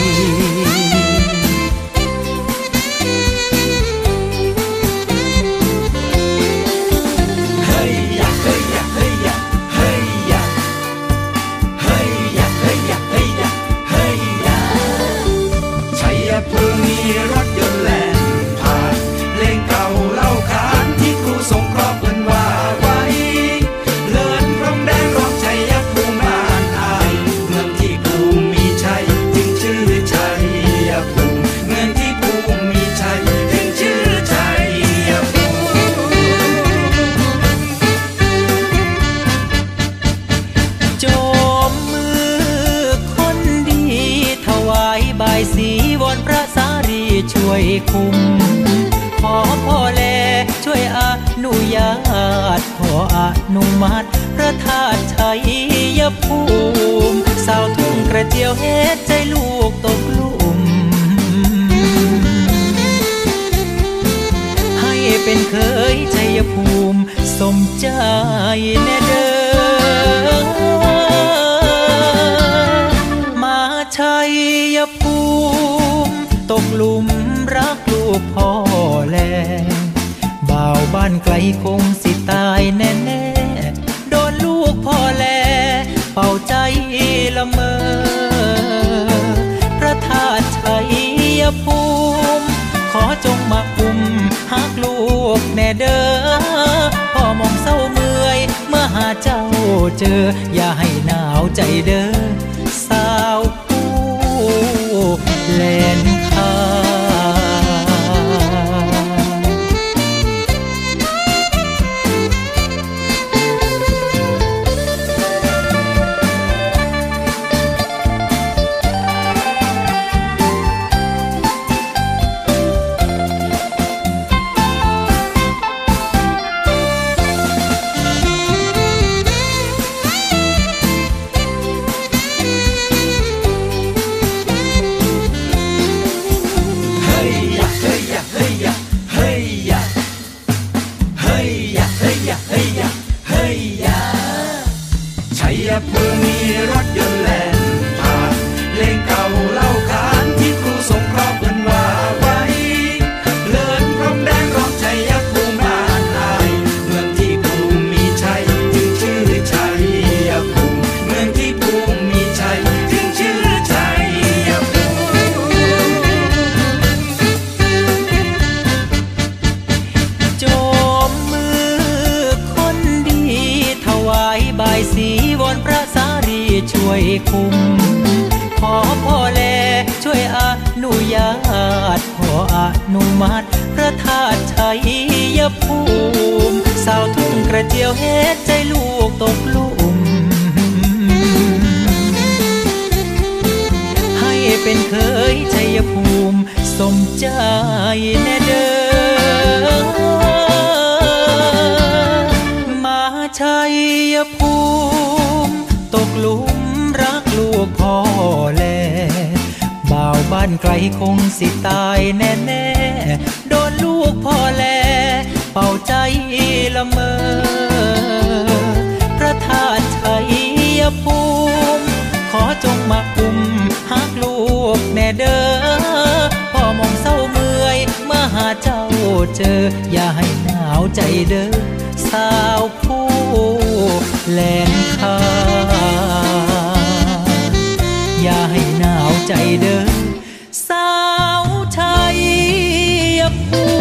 เฮ้ยยะเฮ้ยยะเฮ้ยยะเฮ้ยยะเฮ้ยยะเฮ้ยยะเฮ้ยยะเฮ้ยยะชัยภูมิมีรถยนต์แล่นผ่านเพลงเก่าเล่าขานที่ครูสงเคราะห์เพิ่นว่าไว้เลินพรมแดงร้องชัยภูมิบ้านอายเมืองที่ครูมีชัยคุมขอพ่อแลช่วยอนุญาตขออนุมัติพระธาตุชัยภูมิสาวทุ่งกระเจียวเฮ็ดใจลูกตกหลุมให้เป็นเคยชัยภูมิสมใจแน่เด้อมาชัยภูมิตกหลุมรักลูกพ่อแลบ่าวบ้านไกลคงสิตายแน่ๆโดนลูกพ่อแลเป่าใจละเมอพระธาตุชัยภูมิขอจงมาคุมหักลูกแน่เด้อพ่อมองเศร้าเมื่อยเมื่อหาเจ้าเจออย่าให้หนาวใจเด้อสาวผู้แลนข้าภูมิรถยนต์แล่นผ่านเลงเก่าเล่าขานที่ครูสงเคราะห์เพิ่นว่าไว้เลินพรมแดงร้องชัยภูมิบ้านนายเมืองที่ภูมิมีชัยจึงชื่อชัยภูมิเมืองที่ภูมิมีชัยจึงชื่อชัยภูมิโจมมือคนดีถวายบายสีวอนพระสารีช่วยคุมขอพ่อแลช่วยอนุญาตขออนุมัติพระธาตุชัยภูมิสาวทุ่งกระเจียวเฮ็ดใจลูกตกหลุมให้เป็นเคยชัยภูมิสมใจแน่เด้อมาชัยภูมิตกหลุมรักลูกพ่อแลบ่าวบ้านไกลคงสิตายแน่ๆโดนลูกพ่อแลเป่าใจละเมอพระธาตุชัยภูมิขอจงมาคุมหักลูกแน่เด้อพ่อมองเศร้าเมื่อยเมื่อหาเจ้าเจออย่าให้หนาวใจเด้อสาวผู้แลนข้าอย่าให้หนาวใจเด้อสาวชัยภูมิ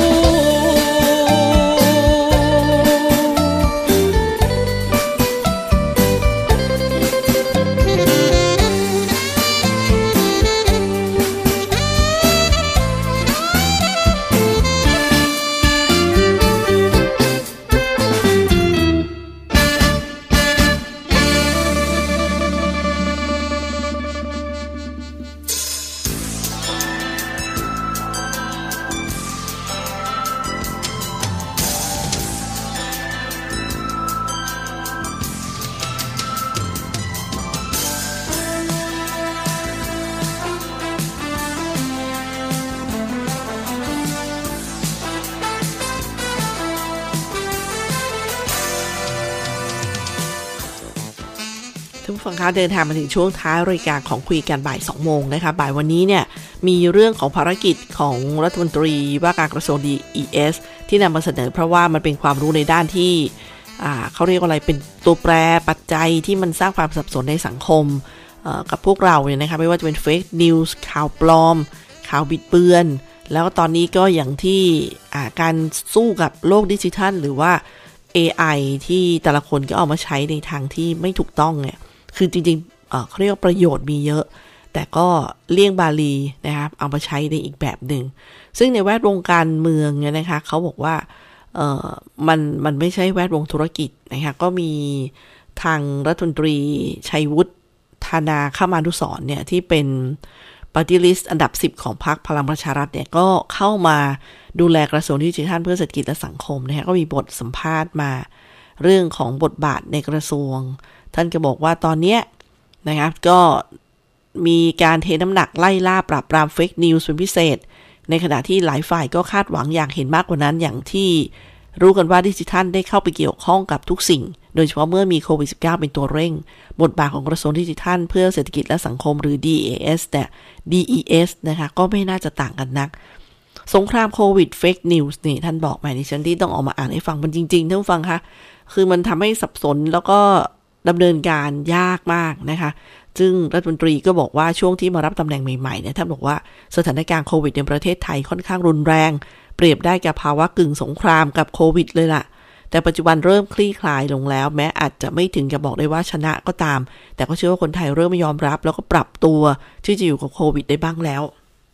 ทุกฝั่งคะเดินทางมาถึงช่วงท้ายรายการของคุยกันบ่ายสองโมงนะคะบ่ายวันนี้เนี่ยมีเรื่องของภารกิจของรัฐมนตรีว่าการกระทรวง ดี อี เอส ที่นำมาเสนอเพราะว่ามันเป็นความรู้ในด้านที่อ่าเขาเรียกว่าอะไรเป็นตัวแปรปัจจัยที่มันสร้างความสับสนในสังคมกับพวกเราเนี่ยนะคะไม่ว่าจะเป็นเฟกนิวส์ข่าวปลอมข่าวบิดเบือนแล้วตอนนี้ก็อย่างที่การสู้กับโลกดิจิทัลหรือว่า เอ ไอ ที่แต่ละคนก็เอามาใช้ในทางที่ไม่ถูกต้องเนี่ยคือจริงๆ เอ่อ เขาเรียกว่าประโยชน์มีเยอะแต่ก็เลี่ยงบาลีนะครับเอามาใช้ในอีกแบบหนึ่งซึ่งในแวดวงการเมืองเนี่ยนะคะเขาบอกว่าเอ่อมันมันไม่ใช่แวดวงธุรกิจนะคะก็มีทางรัฐมนตรีชัยวุฒิธนาคมานุสรณ์เนี่ยที่เป็นปฏิริษีอันดับสิบของพรรคพลังประชารัฐเนี่ยก็เข้ามาดูแลกระทรวงดิจิทัลเพื่อเศรษฐกิจและสังคมนะฮะก็มีบทสัมภาษณ์มาเรื่องของบทบาทในกระทรวงท่านก็บอกว่าตอนนี้นะครับก็มีการเทน้ำหนักไล่ล่าปราบปรามเฟคนิวส์เป็นพิเศษในขณะที่หลายฝ่ายก็คาดหวังอยากเห็นมากกว่านั้นอย่างที่รู้กันว่าดิจิทัลได้เข้าไปเกี่ยวข้องกับทุกสิ่งโดยเฉพาะเมื่อมีโควิด สิบเก้า เป็นตัวเร่งบทบาทของกระทรวงดิจิทัลเพื่อเศรษฐกิจและสังคมหรือ ดี เอ เอส แต่ ดี อี เอส นะคะก็ไม่น่าจะต่างกันนักสงครามโควิดเฟคนิวส์นี่ท่านบอกมาดิฉันที่ต้องออกมาอ่านให้ฟังมันจริงๆท่านผู้ฟังคะคือมันทำให้สับสนแล้วก็ดำเนินการยากมากนะคะซึ่งรัฐมนตรีก็บอกว่าช่วงที่มารับตำแหน่งใหม่ๆเนี่ยท่านบอกว่าสถานการณ์โควิดในประเทศไทยค่อนข้างรุนแรงเปรียบได้กับภาวะกึ่งสงครามกับโควิดเลยล่ะแต่ปัจจุบันเริ่มคลี่คลายลงแล้วแม้อาจจะไม่ถึงกับบอกได้ว่าชนะก็ตามแต่ก็เชื่อว่าคนไทยเริ่มไม่ยอมรับแล้วก็ปรับตัวที่จะอยู่กับโควิดได้บ้างแล้ว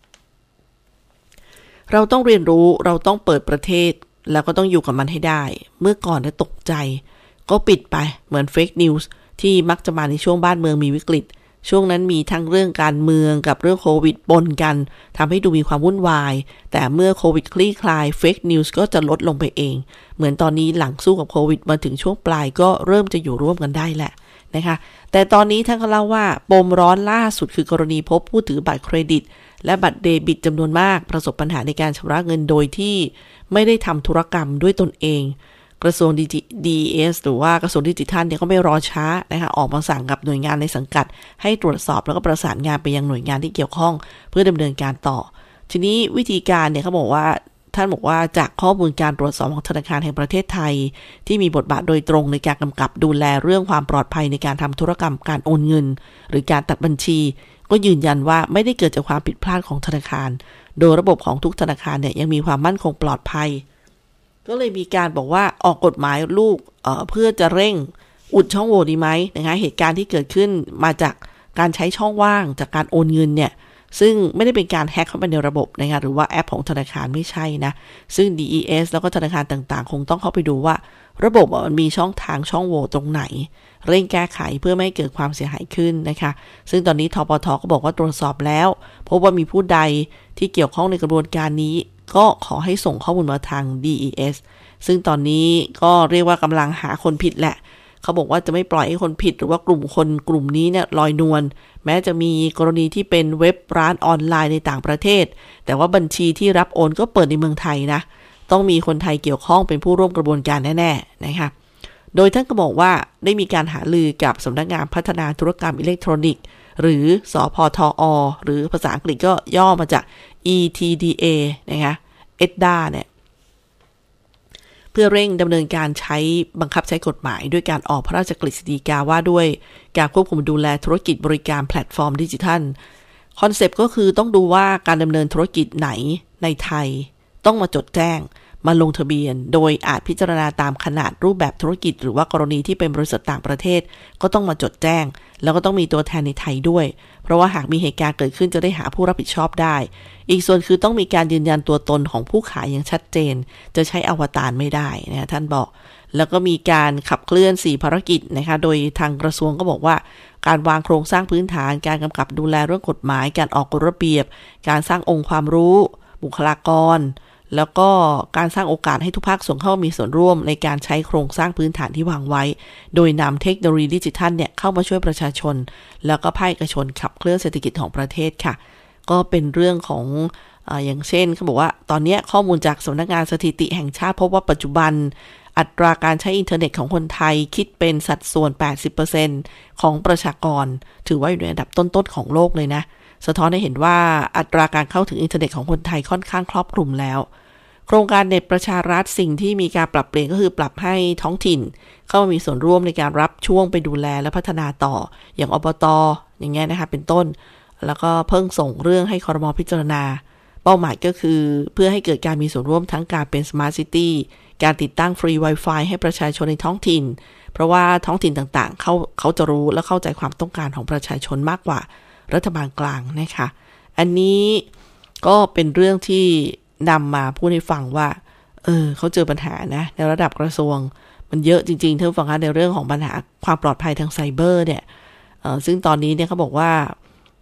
เราต้องเรียนรู้เราต้องเปิดประเทศแล้วก็ต้องอยู่กับมันให้ได้เมื่อก่อนได้ตกใจก็ปิดไปเหมือนเฟคนิวส์ที่มักจะมาในช่วงบ้านเมืองมีวิกฤตช่วงนั้นมีทั้งเรื่องการเมืองกับเรื่องโควิดปนกันทำให้ดูมีความวุ่นวายแต่เมื่อโควิดคลี่คลายเฟคนิวส์ก็จะลดลงไปเองเหมือนตอนนี้หลังสู้กับโควิดมาถึงช่วงปลายก็เริ่มจะอยู่ร่วมกันได้แหละนะคะแต่ตอนนี้ท่านก็เล่าว่าปมร้อนล่าสุดคือกรณีพบผู้ถือบัตรเครดิตและบัตรเดบิตจำนวนมากประสบปัญหาในการชำระเงินโดยที่ไม่ได้ทำธุรกรรมด้วยตนเองกระทรวง ดี อี เอส หรือว่ากระทรวงดิจิทัลเนี่ยก็ไม่รอช้านะคะออกมาสั่งกับหน่วยงานในสังกัดให้ตรวจสอบแล้วก็ประสานงานไปยังหน่วยงานที่เกี่ยวข้องเพื่อดำเนินการต่อทีนี้วิธีการเนี่ยเขาบอกว่าท่านบอกว่าจากข้อมูลการตรวจสอบของธนาคารแห่งประเทศไทยที่มีบทบาทโดยตรงในการกำกับดูแลเรื่องความปลอดภัยในการทำธุรกรรมการโอนเงินหรือการตัดบัญชีก็ยืนยันว่าไม่ได้เกิดจากความผิดพลาดของธนาคารโดยระบบของทุกธนาคารเนี่ยยังมีความมั่นคงปลอดภัยก็เลยมีการบอกว่าออกกฎหมายลูก เอ่อ เพื่อจะเร่งอุดช่องโหว่ดีไหมนะคะเหตุการณ์ที่เกิดขึ้นมาจากการใช้ช่องว่างจากการโอนเงินเนี่ยซึ่งไม่ได้เป็นการแฮ็กเข้าไปในระบบนะคะหรือว่าแอปของธนาคารไม่ใช่นะซึ่ง ดี อี เอส แล้วก็ธนาคารต่างๆคงต้องเข้าไปดูว่าระบบมันมีช่องทางช่องโหว่ตรงไหนเร่งแก้ไขเพื่อไม่ให้เกิดความเสียหายขึ้นนะคะซึ่งตอนนี้ธปท.ก็บอกว่าตรวจสอบแล้วพบว่ามีผู้ใดที่เกี่ยวข้องในกระบวนการนี้ก็ขอให้ส่งข้อมูลมาทาง ดี อี เอส ซึ่งตอนนี้ก็เรียกว่ากำลังหาคนผิดแหละเขาบอกว่าจะไม่ปล่อยให้คนผิดหรือว่ากลุ่มคนกลุ่มนี้เนี่ยลอยนวลแม้จะมีกรณีที่เป็นเว็บร้านออนไลน์ในต่างประเทศแต่ว่าบัญชีที่รับโอนก็เปิดในเมืองไทยนะต้องมีคนไทยเกี่ยวข้องเป็นผู้ร่วมกระบวนการแน่ๆนะคะโดยท่านก็บอกว่าได้มีการหารือกับสำนักงานพัฒนาธุรกรรมอิเล็กทรอนิกส์หรือสพทอหรือภาษาอังกฤษก็ย่อมาจาก อี ที ดี เอ นะคะเอดดาเนี่ยเพื่อเร่งดำเนินการใช้บังคับใช้กฎหมายด้วยการออกพระราชกฤษฎีกาว่าด้วยการควบคุมดูแลธุรกิจบริการแพลตฟอร์มดิจิทัลคอนเซปต์ก็คือต้องดูว่าการดำเนินธุรกิจไหนในไทยต้องมาจดแจ้งมาลงทะเบียนโดยอาจพิจารณาตามขนาดรูปแบบธุรกิจหรือว่ากรณีที่เป็นบริษัทต่างประเทศก็ต้องมาจดแจ้งแล้วก็ต้องมีตัวแทนในไทยด้วยเพราะว่าหากมีเหตุการณ์เกิดขึ้นจะได้หาผู้รับผิดชอบได้อีกส่วนคือต้องมีการยืนยันตัวตนของผู้ขายอย่างชัดเจนจะใช้อวตารไม่ได้นะท่านบอกแล้วก็มีการขับเคลื่อนสี่ภารกิจนะคะโดยทางกระทรวงก็บอกว่าการวางโครงสร้างพื้นฐานการกำกับดูแลเรื่องกฎหมายการออกกฎระเบียบการสร้างองค์ความรู้บุคลากรแล้วก็การสร้างโอกาสให้ทุกภาคส่วนเข้ามีส่วนร่วมในการใช้โครงสร้างพื้นฐานที่วางไว้โดยนำเทคโนโลยีดิจิทัลเนี่ยเข้ามาช่วยประชาชนแล้วก็ภาคเอกชนขับเคลื่อนเศรษฐกิจของประเทศค่ะก็เป็นเรื่องของอ่าอย่างเช่นเขาบอกว่าตอนนี้ข้อมูลจากสำนักงานสถิติแห่งชาติพบว่าปัจจุบันอัตราการใช้อินเทอร์เน็ตของคนไทยคิดเป็นสัดส่วน แปดสิบเปอร์เซ็นต์ ของประชากรถือว่าอยู่ในอันดับต้นๆของโลกเลยนะสะท้อนให้เห็นว่าอัตราการเข้าถึงอินเทอร์เน็ตของคนไทยค่อนข้างครอบคลุมแล้วโครงการเน็ตประชารัฐสิ่งที่มีการปรับเปลี่ยนก็คือปรับให้ท้องถิ่นเข้ามามีส่วนร่วมในการรับช่วงไปดูแลและพัฒนาต่ออย่างอบต.อย่างเงี้ยนะคะเป็นต้นแล้วก็เพิ่งส่งเรื่องให้ครม.พิจารณาเป้าหมายก็คือเพื่อให้เกิดการมีส่วนร่วมทั้งการเป็น Smart City การติดตั้งฟรี Wi-Fi ให้ประชาชนในท้องถิ่นเพราะว่าท้องถิ่นต่างๆเขาเขาจะรู้และเข้าใจความต้องการของประชาชนมากกว่ารัฐบาลกลางนะคะอันนี้ก็เป็นเรื่องที่นำมาพูดให้ฟังว่าเออเขาเจอปัญหานะในระดับกระทรวงมันเยอะจริงๆท่านฟังคะในเรื่องของปัญหาความปลอดภัยทางไซเบอร์เนี่ยเอ่อซึ่งตอนนี้เนี่ยเขาบอกว่า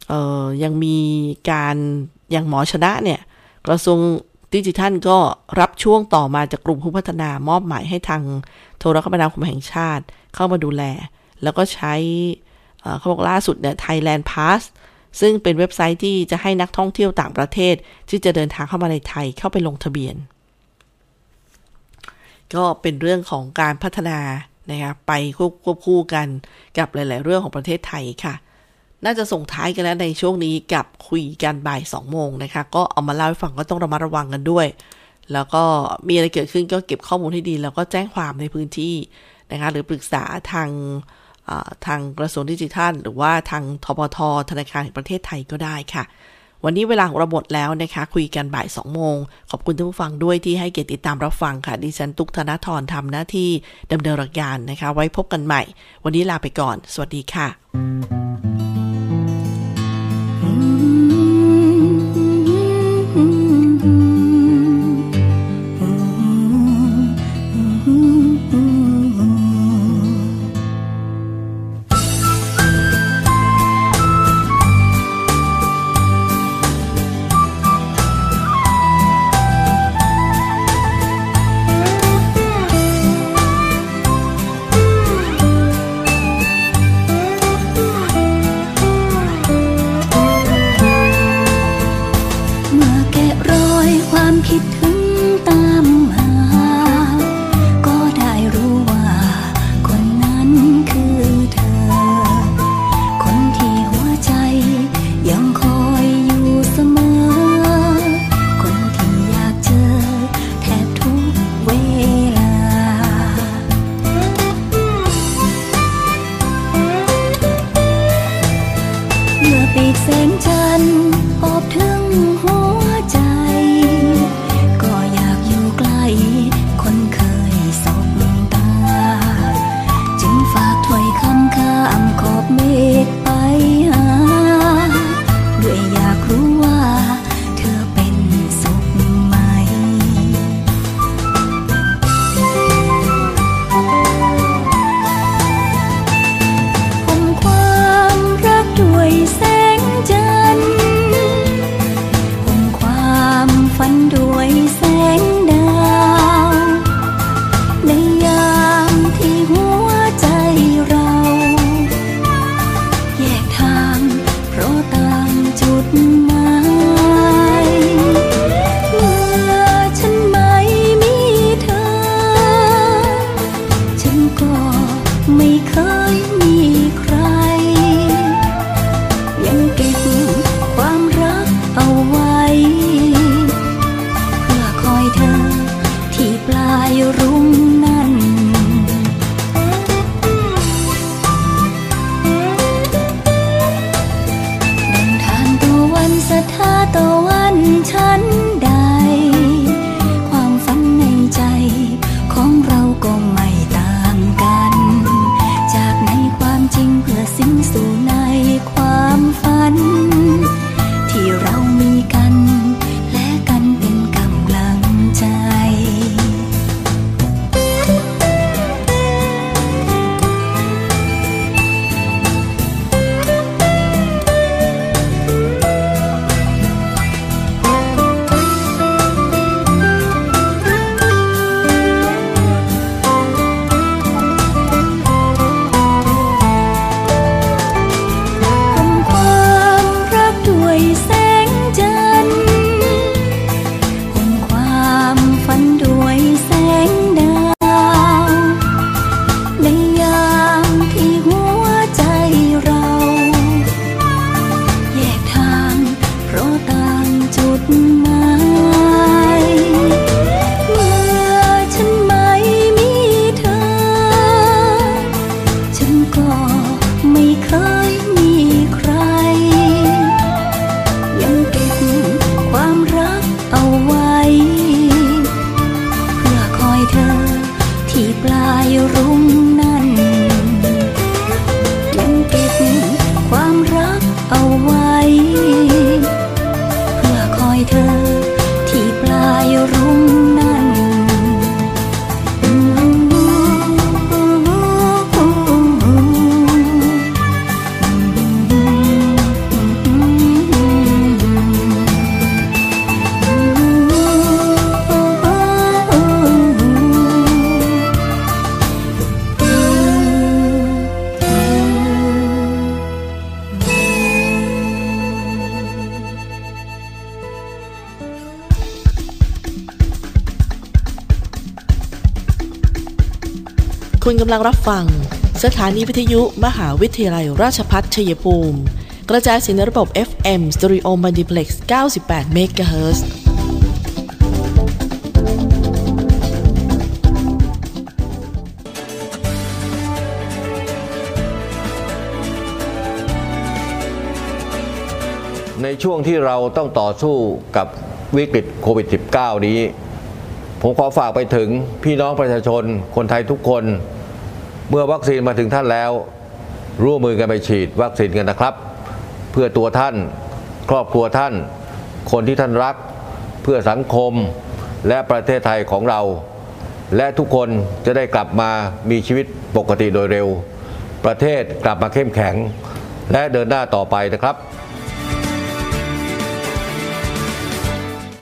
เอ่อยังมีการอย่างหมอชนะเนี่ยกระทรวงดิจิทัลก็รับช่วงต่อมาจากกลุ่มผู้พัฒนามอบหมายให้ทางโทรคมนาคมแห่งชาติเข้ามาดูแลแล้วก็ใช้เขาบอกล่าสุดเนี่ย Thailand Pass ซึ่งเป็นเว็บไซต์ที่จะให้นักท่องเที่ยวต่างประเทศที่จะเดินทางเข้ามาในไทยเข้าไปลงทะเบียนก็เป็นเรื่องของการพัฒนานะคะไปควบคู่กันกับหลายๆเรื่องของประเทศไทยค่ะน่าจะส่งท้ายกันแล้วในช่วงนี้กับคุยกันบ่ายสองโมงนะคะก็เอามาเล่าให้ฟังก็ต้องระมัดระวังกันด้วยแล้วก็มีอะไรเกิดขึ้นก็เก็บข้อมูลให้ดีแล้วก็แจ้งความในพื้นที่นะคะหรือปรึกษาทางทางกระทรวงดิจิทัลหรือว่าทางทปท.ธนาคารแห่งประเทศไทยก็ได้ค่ะวันนี้เวลาของเราหมดแล้วนะคะคุยกันบ่ายสองโมงขอบคุณทุกผู้ฟังด้วยที่ให้เกียรติติดตามรับฟังค่ะดิฉันตุ๊กธนธรทำหน้าที่ดำเนินรายการนะคะไว้พบกันใหม่วันนี้ลาไปก่อนสวัสดีค่ะคุณกำลังรับฟังสถานีวิทยุมหาวิทยาลัยราชภัฏชัยภูมิกระจายเสียงในระบบ เอฟ เอ็ม Stereo Multiplex เก้าสิบแปด เมกะเฮิรตซ์ในช่วงที่เราต้องต่อสู้กับวิกฤตโควิด สิบเก้า นี้ผมขอฝากไปถึงพี่น้องประชาชนคนไทยทุกคนเมื่อวัคซีนมาถึงท่านแล้วร่วมมือกันไปฉีดวัคซีนกันนะครับเพื่อตัวท่านครอบครัวท่านคนที่ท่านรักเพื่อสังคมและประเทศไทยของเราและทุกคนจะได้กลับมามีชีวิตปกติโดยเร็วประเทศกลับมาเข้มแข็งและเดินหน้าต่อไปนะครับ